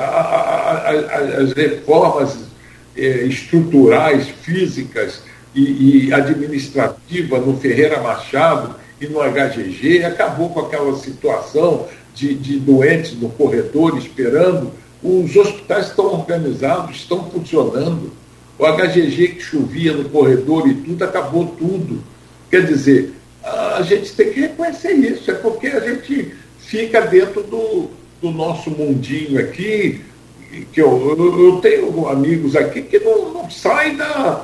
as reformas estruturais, físicas e administrativas no Ferreira Machado e no HGG, acabou com aquela situação de doentes no corredor esperando. Os hospitais estão organizados, estão funcionando. O HGG que chovia no corredor e tudo, acabou tudo. Quer dizer, a gente tem que reconhecer isso, é porque a gente fica dentro do nosso mundinho aqui, que eu tenho amigos aqui que não saem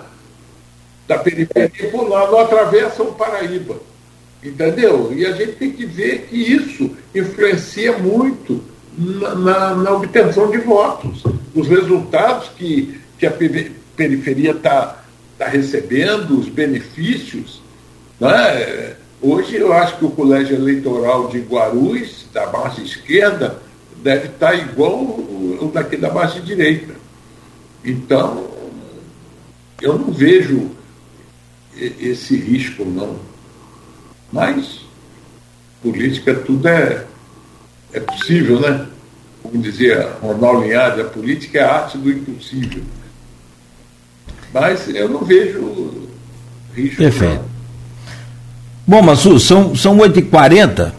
da periferia por lá, não atravessam o Paraíba, entendeu? E a gente tem que ver que isso influencia muito na obtenção de votos, os resultados que a periferia está recebendo, os benefícios, né? Hoje eu acho que o colégio eleitoral de Guarulhos, da margem esquerda, deve estar igual o daqui da margem direita. Então, eu não vejo esse risco, não. Mas política tudo é possível, né? Como dizia Ronaldo Linhares, a política é a arte do impossível. Mas eu não vejo risco. Perfeito. Não. Bom, Mansur, são 8h40.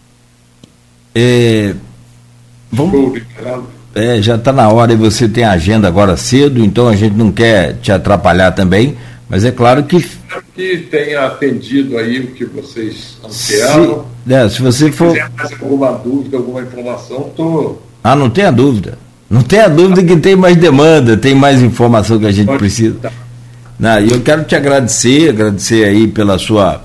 Vamos... já está na hora e você tem a agenda agora cedo, então a gente não quer te atrapalhar também, mas é claro que... Espero que tenha atendido aí o que vocês ansiaram. Se você for... quiser mais alguma dúvida, alguma informação, estou... não tenha dúvida. Não tenha dúvida que tem mais demanda, tem mais informação que a gente precisa. E eu quero te agradecer aí pela sua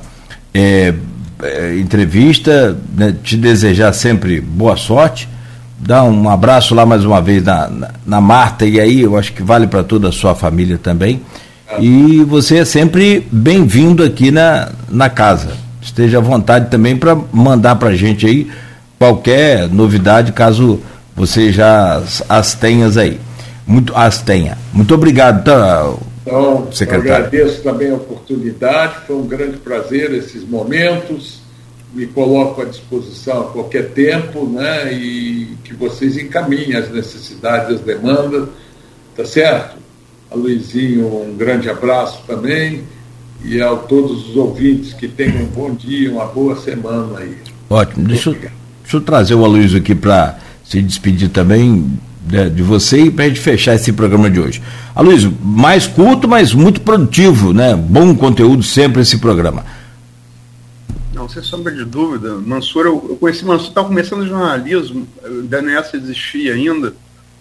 entrevista, né, te desejar sempre boa sorte, dar um abraço lá mais uma vez na Marta, e aí eu acho que vale para toda a sua família também, e você é sempre bem-vindo aqui na casa, esteja à vontade também para mandar para a gente aí qualquer novidade, caso você já as tenhas aí. Muito obrigado, tá, então, secretário? Eu agradeço também a oportunidade, foi um grande prazer esses momentos, me coloco à disposição a qualquer tempo, né, e que vocês encaminhem as necessidades, as demandas, tá certo? A Luizinho, um grande abraço também, e a todos os ouvintes que tenham um bom dia, uma boa semana aí. Ótimo, deixa eu trazer o Aloysio aqui para se despedir também de você e para a gente fechar esse programa de hoje. Aloysio, mais curto, mas muito produtivo, né? Bom conteúdo sempre esse programa. Não, sem sombra de dúvida. Mansur, eu conheci Mansur, estava começando jornalismo, o DNS existia ainda.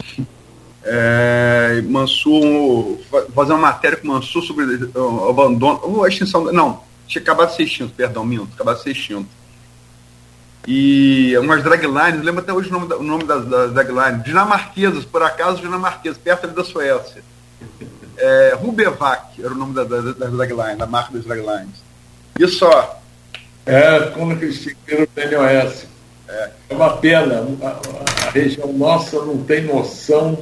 Mansur, fazer uma matéria com Mansur sobre o abandono, a extinção, não, tinha acabado de ser extinto, e umas draglines, lembro até hoje o nome das draglines, dinamarquesas, por acaso dinamarquesas, perto ali da Suécia. Rubevac era o nome das draglines, da marca das draglines. E só. Quando eles tiveram o DNOS. É uma pena, a região nossa não tem noção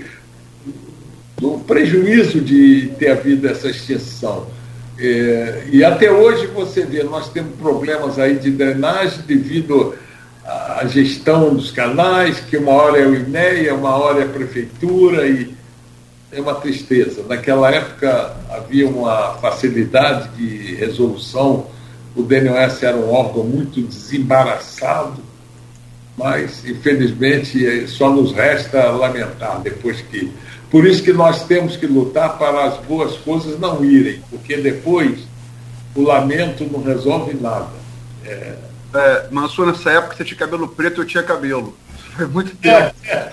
do prejuízo de ter havido essa extinção. E até hoje você vê, nós temos problemas aí de drenagem devido à gestão dos canais, que uma hora é o INEA, uma hora é a prefeitura, e é uma tristeza. Naquela época havia uma facilidade de resolução, o DNOS era um órgão muito desembaraçado, mas infelizmente só nos resta lamentar depois que... Por isso que nós temos que lutar para as boas coisas não irem, porque depois o lamento não resolve nada. Mansur, nessa época você tinha cabelo preto, eu tinha cabelo. Foi muito tempo.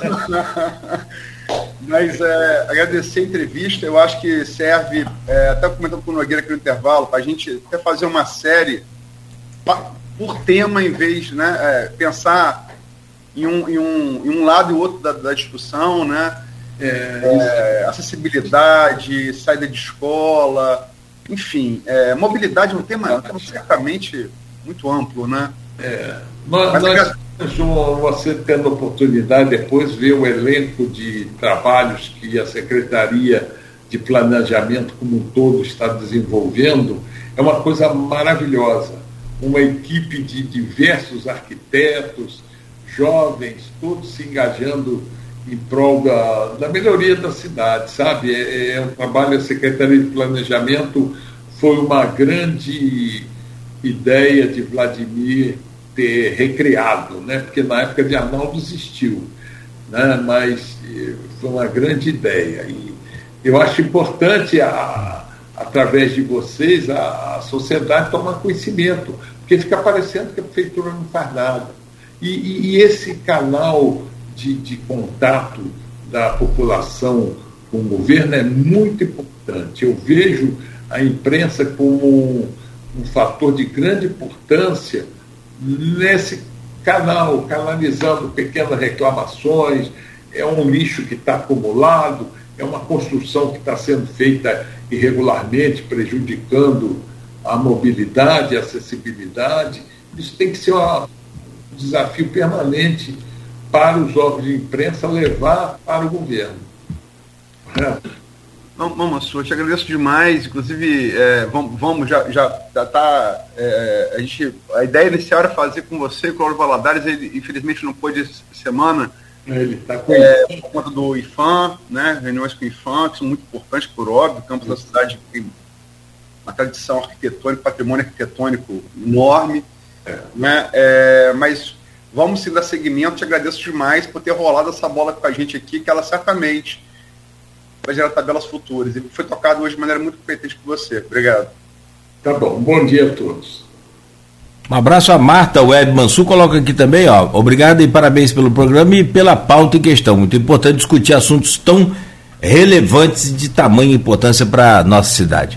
Mas agradecer a entrevista, eu acho que serve, até comentando com o Nogueira aqui no intervalo, para a gente até fazer uma série por tema, em vez, né, pensar em um lado e outro da discussão, né? Acessibilidade, saída de escola, enfim, mobilidade é um tema certamente muito amplo, né? Você tendo a oportunidade depois ver o elenco de trabalhos que a Secretaria de Planejamento como um todo está desenvolvendo, é uma coisa maravilhosa. Uma equipe de diversos arquitetos, jovens, todos se engajando em prol da melhoria da cidade, sabe? É um trabalho, a Secretaria de Planejamento foi uma grande ideia de Vladimir ter recriado, né? Porque na época de Arnaldo existiu, né? Mas foi uma grande ideia. E eu acho importante, através de vocês, a sociedade tomar conhecimento, porque fica parecendo que a prefeitura não faz nada. E esse canal de contato da população com o governo é muito importante. Eu vejo a imprensa como um fator de grande importância nesse canal, canalizando pequenas reclamações, é um lixo que está acumulado, é uma construção que está sendo feita irregularmente, prejudicando a mobilidade, a acessibilidade. Isso tem que ser um desafio permanente para os órgãos de imprensa levar para o governo. Mansur, eu te agradeço demais. Inclusive, vamos já tá. A ideia inicial era fazer com você, com o Cláudio Valadares. Ele infelizmente não pôde essa semana. Ele está por conta do IFAM, né? Reuniões com o IFAM, que são muito importantes, por óbvio. O campus da cidade tem uma tradição arquitetônica, patrimônio arquitetônico enorme, né? Mas vamos sim dar seguimento. Te agradeço demais por ter rolado essa bola com a gente aqui, que ela certamente vai gerar tabelas futuras. E foi tocado hoje de maneira muito competente por você. Obrigado. Tá bom. Bom dia a todos. Um abraço a Marta Web Mansur, coloca aqui também, ó. Obrigado e parabéns pelo programa e pela pauta em questão. Muito importante discutir assuntos tão relevantes e de tamanha importância para a nossa cidade.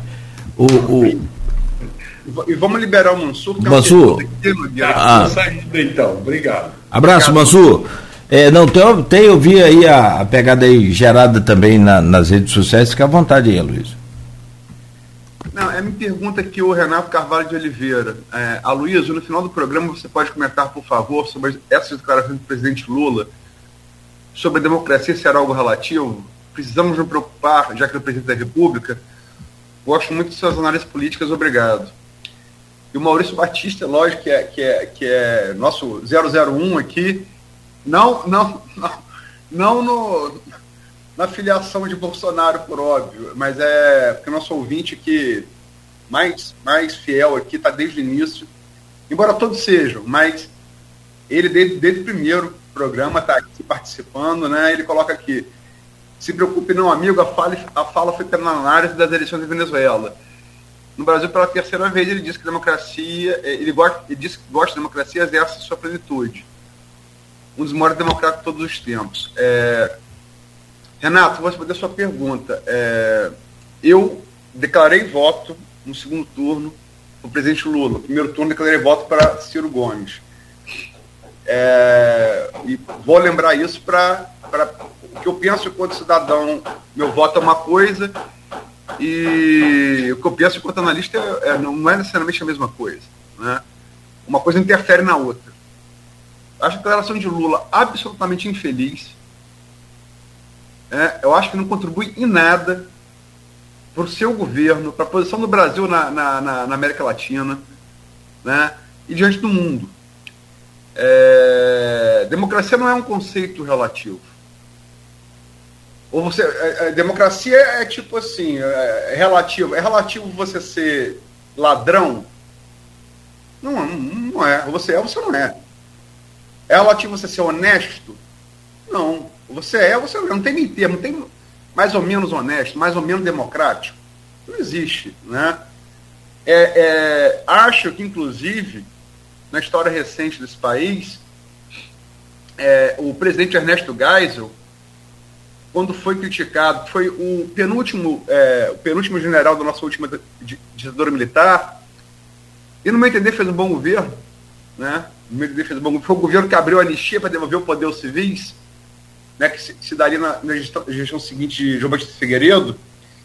E vamos liberar o Mansur. Mansur. Então, obrigado. Abraço, Mansur. Eu vi aí a pegada aí gerada também nas redes sociais. Fica à vontade aí, Aloysio. Não, me pergunta aqui o Renato Carvalho de Oliveira. Aloysio, no final do programa você pode comentar, por favor, sobre essas declarações do presidente Lula sobre a democracia ser algo relativo? Precisamos nos preocupar, já que é o presidente da República? Gosto muito de suas análises políticas, obrigado. E o Maurício Batista, lógico, que é nosso 001 aqui, não na filiação de Bolsonaro, por óbvio, mas porque o nosso ouvinte que mais fiel aqui está desde o início, embora todos sejam, mas ele desde o primeiro programa está aqui participando, né? Ele coloca aqui: se preocupe não, amigo, a fala foi pela análise das eleições da Venezuela. No Brasil, pela terceira vez, ele diz que democracia, ele diz que gosta de democracia e exerce sua plenitude. Um dos maiores democratas de todos os tempos. Renato, vou responder a sua pergunta. Eu declarei voto no segundo turno para o presidente Lula. No primeiro turno, declarei voto para Ciro Gomes. E vou lembrar isso para o que eu penso enquanto cidadão. Meu voto é uma coisa e o que eu penso enquanto analista não é necessariamente a mesma coisa, né? Uma coisa interfere na outra. Acho a declaração de Lula absolutamente infeliz. Eu acho que não contribui em nada para o seu governo, para a posição do Brasil na América Latina, né? E diante do mundo. Democracia não é um conceito relativo. Ou democracia é tipo assim, relativo. É relativo você ser ladrão? Não é. Ou você não é. É relativo você ser honesto? Não. Você é, você não. Não tem meio termo, não tem mais ou menos honesto, mais ou menos democrático. Não existe, né? Acho que, inclusive, na história recente desse país, o presidente Ernesto Geisel, quando foi criticado, foi o penúltimo general da nossa última ditadura militar, e, no meu entender, fez um bom governo, né? No meu entender, fez um bom governo. Foi o governo que abriu a anistia para devolver o poder aos civis, né, que se daria na gestão seguinte de João Batista Figueiredo.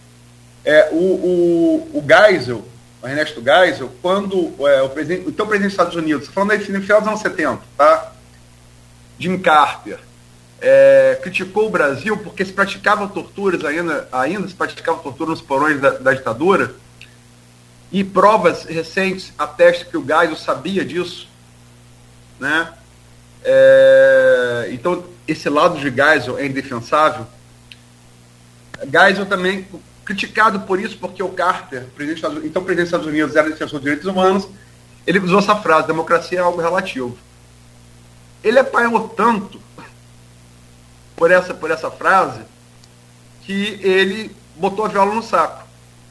O Geisel, o Ernesto Geisel, quando o presidente dos Estados Unidos, falando aí no final dos anos 70, tá? Jimmy Carter, criticou o Brasil porque se praticava torturas ainda se praticava tortura nos porões da ditadura, e provas recentes atestam que o Geisel sabia disso, né? Então, esse lado de Geisel é indefensável. Geisel também criticado por isso, porque o Carter, presidente dos Estados Unidos, era defensor dos direitos humanos, ele usou essa frase: democracia é algo relativo. Ele apanhou tanto por essa frase que ele botou a viola no saco.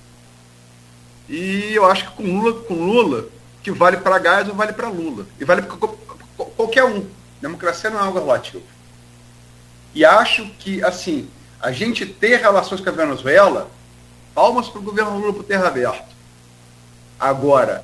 E eu acho que com Lula, que vale para Geisel, vale para Lula. E vale para qualquer um. Democracia não é algo relativo. E acho que, assim, a gente ter relações com a Venezuela, palmas para o governo Lula por ter aberto. Agora,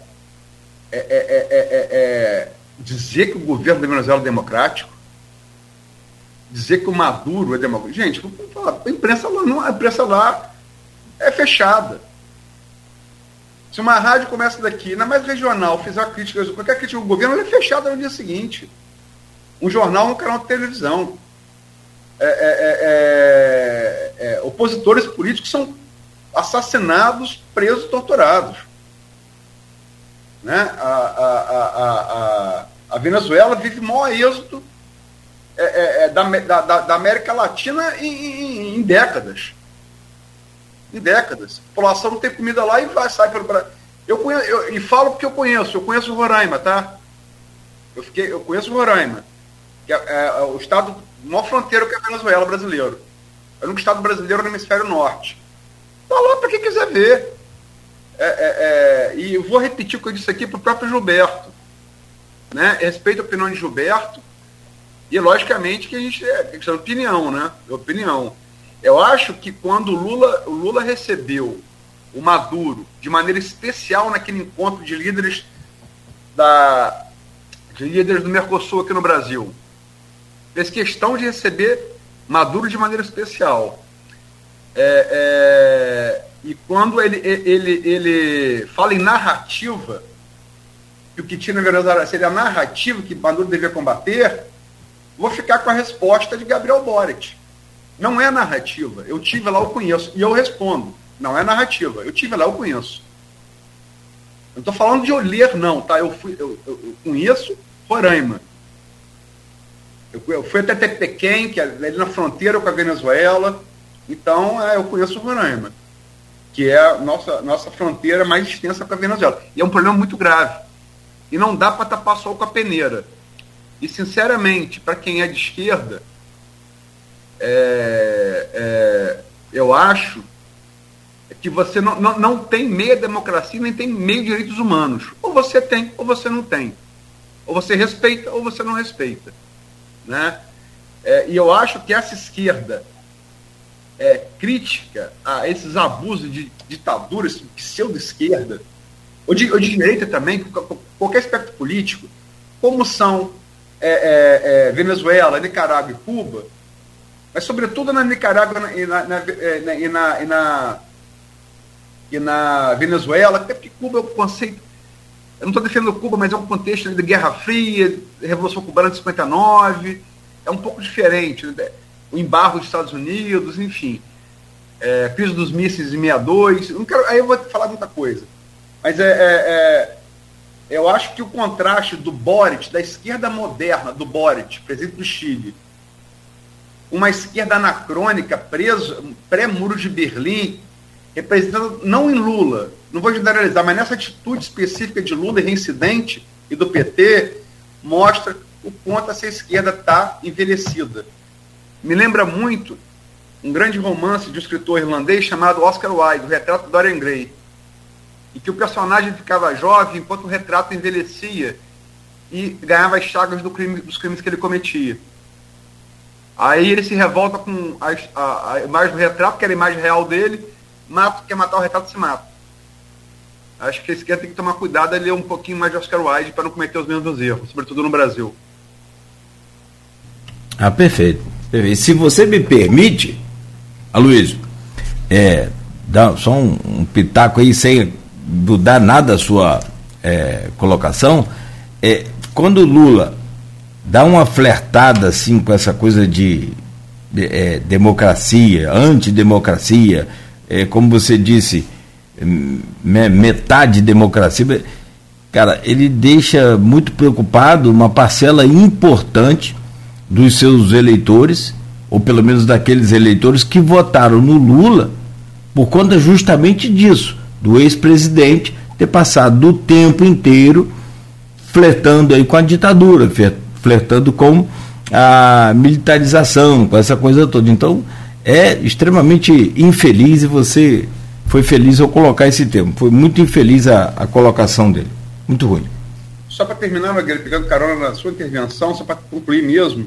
dizer que o governo da Venezuela é democrático, dizer que o Maduro é democrático. Gente, vamos falar, a imprensa lá é fechada. Se uma rádio começa daqui, ainda mais regional, fizer uma crítica, qualquer crítica ao governo, ela é fechada no dia seguinte. Um jornal, um canal de televisão. Opositores políticos são assassinados, presos, torturados. Né? A Venezuela vive o maior êxodo da América Latina em décadas. Em décadas. A população não tem comida lá e sai pelo Brasil. E falo porque eu conheço Roraima, tá? Eu conheço Roraima, que é o estado, o maior fronteiro que é a Venezuela brasileiro. É o único estado brasileiro no hemisfério norte. Tá lá para quem quiser ver. E eu vou repetir o que eu disse aqui para o próprio Gilberto. Né? Respeito a opinião de Gilberto. E, logicamente, que a gente é opinião, né? Opinião. Eu acho que quando o Lula recebeu o Maduro de maneira especial naquele encontro de líderes do Mercosul aqui no Brasil, fez questão de receber Maduro de maneira especial. E quando ele fala em narrativa, que o que tinha na Venezuela seria a narrativa que Maduro devia combater, vou ficar com a resposta de Gabriel Boric. Não é narrativa. Eu tive lá, eu conheço. E eu respondo. Não é narrativa. Eu tive lá, eu conheço. Não estou falando de eu ler, não, tá? Eu conheço Roraima. Eu fui até Tepequém, que é ali na fronteira com a Venezuela. Então, eu conheço Roraima, que é a nossa fronteira mais extensa com a Venezuela. E é um problema muito grave. E não dá para tapar sol com a peneira. E, sinceramente, para quem é de esquerda, eu acho que você não tem meia democracia, nem tem meio direitos humanos. Ou você tem, ou você não tem. Ou você respeita, ou você não respeita. Né? E eu acho que essa esquerda crítica a esses abusos de ditadura, esse pseudo-esquerda, ou de direita também, qualquer aspecto político, como são Venezuela, Nicarágua e Cuba, mas sobretudo na Nicarágua e na Venezuela, até porque Cuba é um conceito, eu não estou defendendo Cuba, mas é um contexto de Guerra Fria, Revolução Cubana de 59, é um pouco diferente, né? O embargo dos Estados Unidos, enfim, crise dos mísseis em 62, aí eu vou falar muita coisa, mas eu acho que o contraste do Boric, da esquerda moderna do Boric, presidente do Chile, uma esquerda anacrônica, pré-muro de Berlim, representando, não em Lula, não vou generalizar, mas nessa atitude específica de Lula e reincidente e do PT, mostra o quanto essa esquerda está envelhecida. Me lembra muito um grande romance de um escritor irlandês chamado Oscar Wilde, O Retrato de Dorian Gray, em que o personagem ficava jovem enquanto o retrato envelhecia e ganhava as chagas dos crimes que ele cometia. Aí ele se revolta com a imagem do retrato, que era a imagem real dele, quer matar o retrato, se mata. Acho que a esquerda tem que tomar cuidado e ler um pouquinho mais de Oscar Wilde para não cometer os mesmos erros, sobretudo no Brasil. Perfeito. Se você me permite, Aloysio, dá só um pitaco aí, sem mudar nada a sua colocação, quando o Lula dá uma flertada assim com essa coisa de democracia, antidemocracia, como você disse, metade democracia, cara, ele deixa muito preocupado uma parcela importante dos seus eleitores, ou pelo menos daqueles eleitores que votaram no Lula por conta justamente disso, do ex-presidente ter passado o tempo inteiro flertando aí com a ditadura, flertando com a militarização, com essa coisa toda. Então, é extremamente infeliz, e você foi feliz ao colocar esse termo. Foi muito infeliz a colocação dele. Muito ruim. Só para terminar, Magueira, pegando carona na sua intervenção, só para concluir mesmo,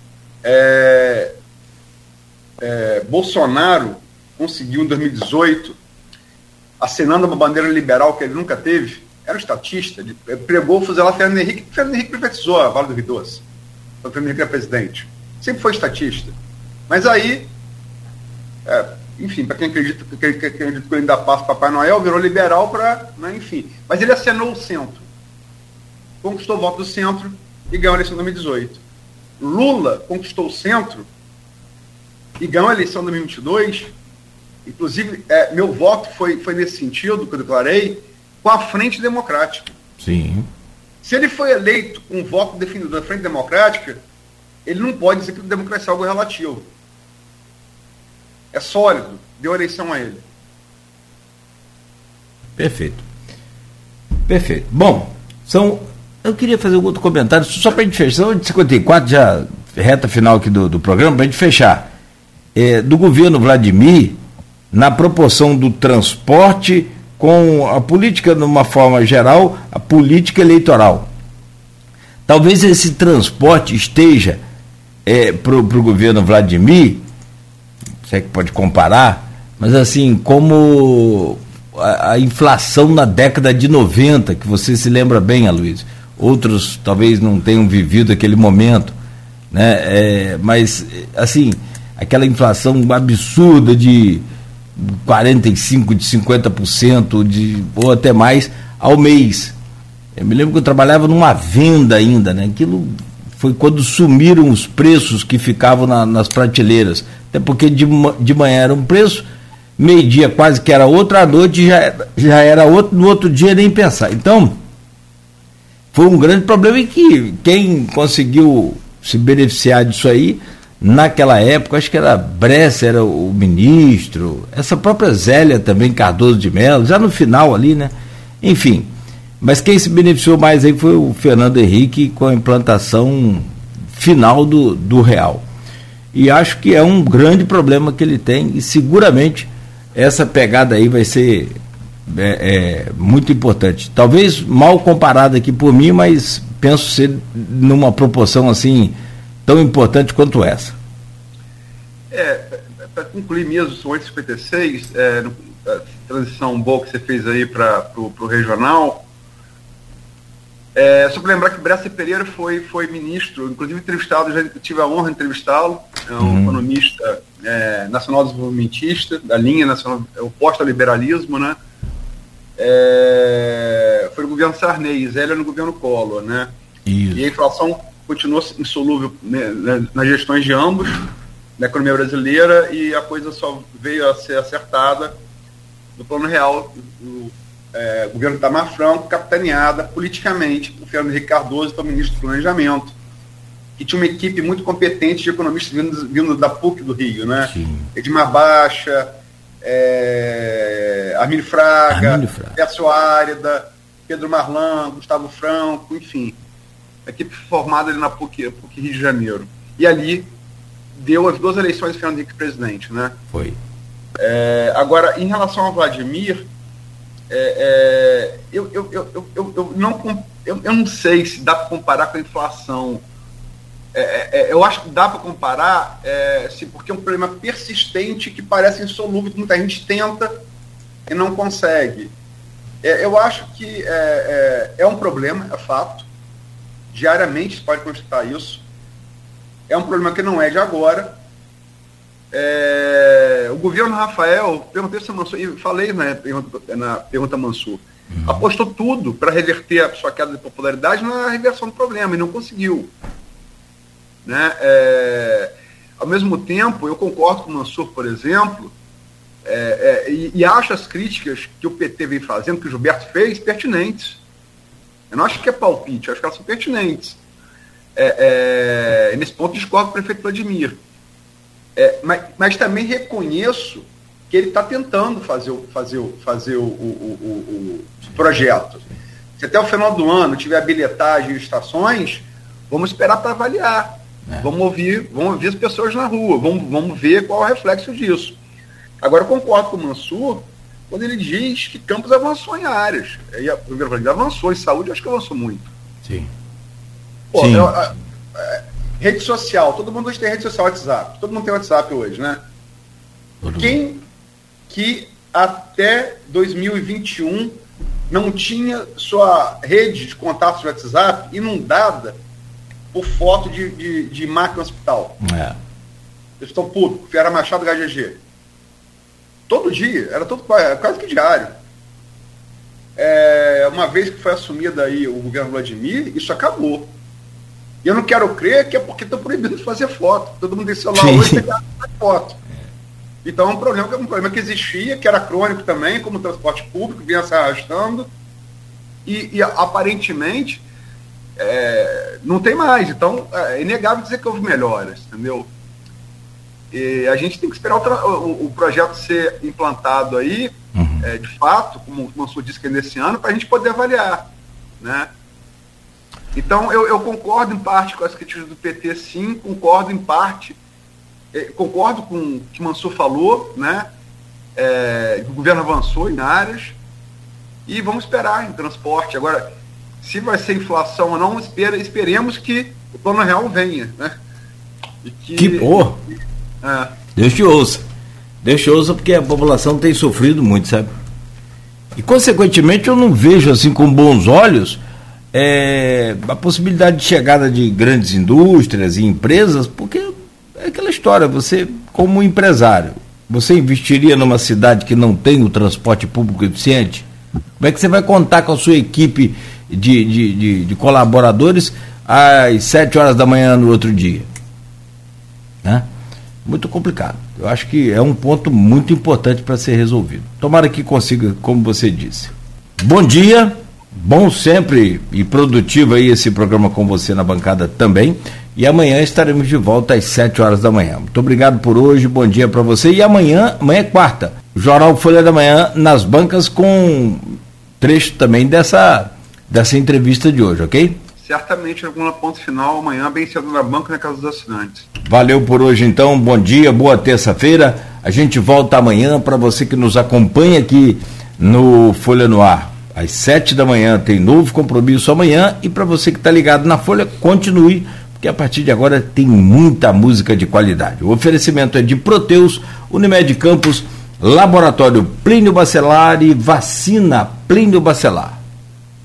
Bolsonaro conseguiu em 2018, assinando uma bandeira liberal que ele nunca teve, era um estatista, ele pregou fuzilar Fernando Henrique, que Fernando Henrique privatizou a Vale do Rio Doce, quando o Fernando Henrique era presidente. Sempre foi estatista. Mas aí, enfim, para quem acredita que ele dá passo para Papai Noel, virou liberal enfim. Mas ele acenou o centro. Conquistou o voto do centro e ganhou a eleição de 2018. Lula conquistou o centro e ganhou a eleição de 2022 Inclusive, meu voto foi nesse sentido, que eu declarei, com a Frente Democrática. Sim. Se ele foi eleito com um voto definido da Frente Democrática, ele não pode dizer que a democracia é algo relativo. É sólido, deu eleição a ele. Perfeito. Bom, eu queria fazer um outro comentário, só para a gente fechar, são 54, já reta final aqui do programa, para a gente fechar. Do governo Vladimir, na proporção do transporte com a política, de uma forma geral, a política eleitoral. Talvez esse transporte esteja para o governo Vladimir, se é que pode comparar, mas assim, como a inflação na década de 90, que você se lembra bem, Aloysio. Outros talvez não tenham vivido aquele momento, né? Mas, assim, aquela inflação absurda de 45%, de 50%, ou até mais, ao mês. Eu me lembro que eu trabalhava numa venda ainda, né? Aquilo foi quando sumiram os preços que ficavam nas prateleiras. Até porque de manhã era um preço, meio-dia quase que era outro, à noite já era outro, no outro dia nem pensar. Então, foi um grande problema e que quem conseguiu se beneficiar disso aí, naquela época, acho que era Bresser, era o ministro, essa própria Zélia também, Cardoso de Mello, já no final ali, né? Enfim, mas quem se beneficiou mais aí foi o Fernando Henrique com a implantação final do real. E acho que é um grande problema que ele tem e seguramente essa pegada aí vai ser muito importante. Talvez mal comparada aqui por mim, mas penso ser numa proporção assim tão importante quanto essa. Para concluir mesmo, são 8h56, a transição boa que você fez aí para o regional. Só para lembrar que Bresser Pereira foi ministro, inclusive entrevistado, já tive a honra de entrevistá-lo, é um economista nacional desenvolvimentista, da linha nacional, oposta ao liberalismo, né? Foi no governo Sarney, Zélia no governo Collor, né? Isso. E a inflação continuou insolúvel, né, nas gestões de ambos, na economia brasileira, e a coisa só veio a ser acertada no plano real do governo Itamar Franco, capitaneada politicamente por Fernando Henrique Cardoso, que é o ministro do Planejamento, que tinha uma equipe muito competente de economistas vindo da PUC do Rio, né? Sim. Edmar Baixa, Armínio Fraga, Pércio Árida, Pedro Marlan, Gustavo Franco, enfim, a equipe formada ali na PUC Rio de Janeiro. E ali deu as duas eleições de Fernando Henrique presidente, né? Foi. Agora, em relação ao Vladimir, eu não sei se dá para comparar com a inflação. Eu acho que dá para comparar, porque é um problema persistente que parece insolúvel, que muita gente tenta e não consegue. Eu acho que é um problema, é fato. Diariamente se pode constatar isso. É um problema que não é de agora. O governo Rafael, perguntei se Mansur, e falei na pergunta Mansur, apostou tudo para reverter a sua queda de popularidade na reversão do problema e não conseguiu. Né? Ao mesmo tempo, eu concordo com o Mansur, por exemplo, e acho as críticas que o PT vem fazendo, que o Gilberto fez, pertinentes. Eu não acho que é palpite, eu acho que elas são pertinentes. Nesse ponto, discordo do prefeito Vladimir. Mas também reconheço que ele está tentando fazer o projeto. Se até o final do ano tiver bilhetagem e estações, vamos esperar para avaliar. Vamos ouvir as pessoas na rua, vamos ver qual é o reflexo disso. Agora, eu concordo com o Mansur quando ele diz que Campos avançou em áreas. Primeiro, ele avançou em saúde, eu acho que avançou muito. Sim. Sim. Rede social, todo mundo hoje tem rede social, WhatsApp. Todo mundo tem WhatsApp hoje, né? Quem que até 2021 não tinha sua rede de contatos de WhatsApp inundada por foto de máquina hospital? Eu estou puto, Fiera Machado HGG. Todo dia, era quase que diário. Uma vez que foi assumida aí o governo Vladimir, isso acabou. E eu não quero crer que é porque estão proibindo de fazer foto. Todo mundo tem celular hoje, tem que fazer foto. Então é um problema que existia, que era crônico também, como o transporte público, vinha se arrastando, e aparentemente não tem mais. Então é inegável dizer que houve melhoras, entendeu? E a gente tem que esperar o projeto ser implantado aí, de fato, como o Mansur disse que é nesse ano, para a gente poder avaliar, né? Então eu concordo em parte com as críticas do PT, sim, concordo em parte. Concordo com o que o Mansur falou, né? O governo avançou em áreas e vamos esperar em transporte. Agora, se vai ser inflação ou não, esperemos que o plano real venha, né? Deus te ouça, porque a população tem sofrido muito, sabe? E consequentemente eu não vejo assim com bons olhos a possibilidade de chegada de grandes indústrias e empresas, porque é aquela história, você, como empresário, você investiria numa cidade que não tem o transporte público eficiente? Como é que você vai contar com a sua equipe de colaboradores às 7 horas da manhã no outro dia? Né? Muito complicado. Eu acho que é um ponto muito importante para ser resolvido. Tomara que consiga, como você disse. Bom dia, bom sempre e produtivo aí esse programa com você na bancada também. E amanhã estaremos de volta às 7 horas da manhã. Muito obrigado por hoje, bom dia para você. E amanhã é quarta, Jornal Folha da Manhã nas bancas com trecho também dessa entrevista de hoje, ok? Certamente, algum ponto final, amanhã, bem cedo na banca, na Casa dos Assinantes. Valeu por hoje, então, bom dia, boa terça-feira. A gente volta amanhã. Para você que nos acompanha aqui no Folha no Ar, às 7 da manhã, tem novo compromisso amanhã. E para você que está ligado na Folha, continue, porque a partir de agora tem muita música de qualidade. O oferecimento é de Proteus, Unimed Campos, Laboratório Plínio Bacelar e Vacina Plínio Bacelar.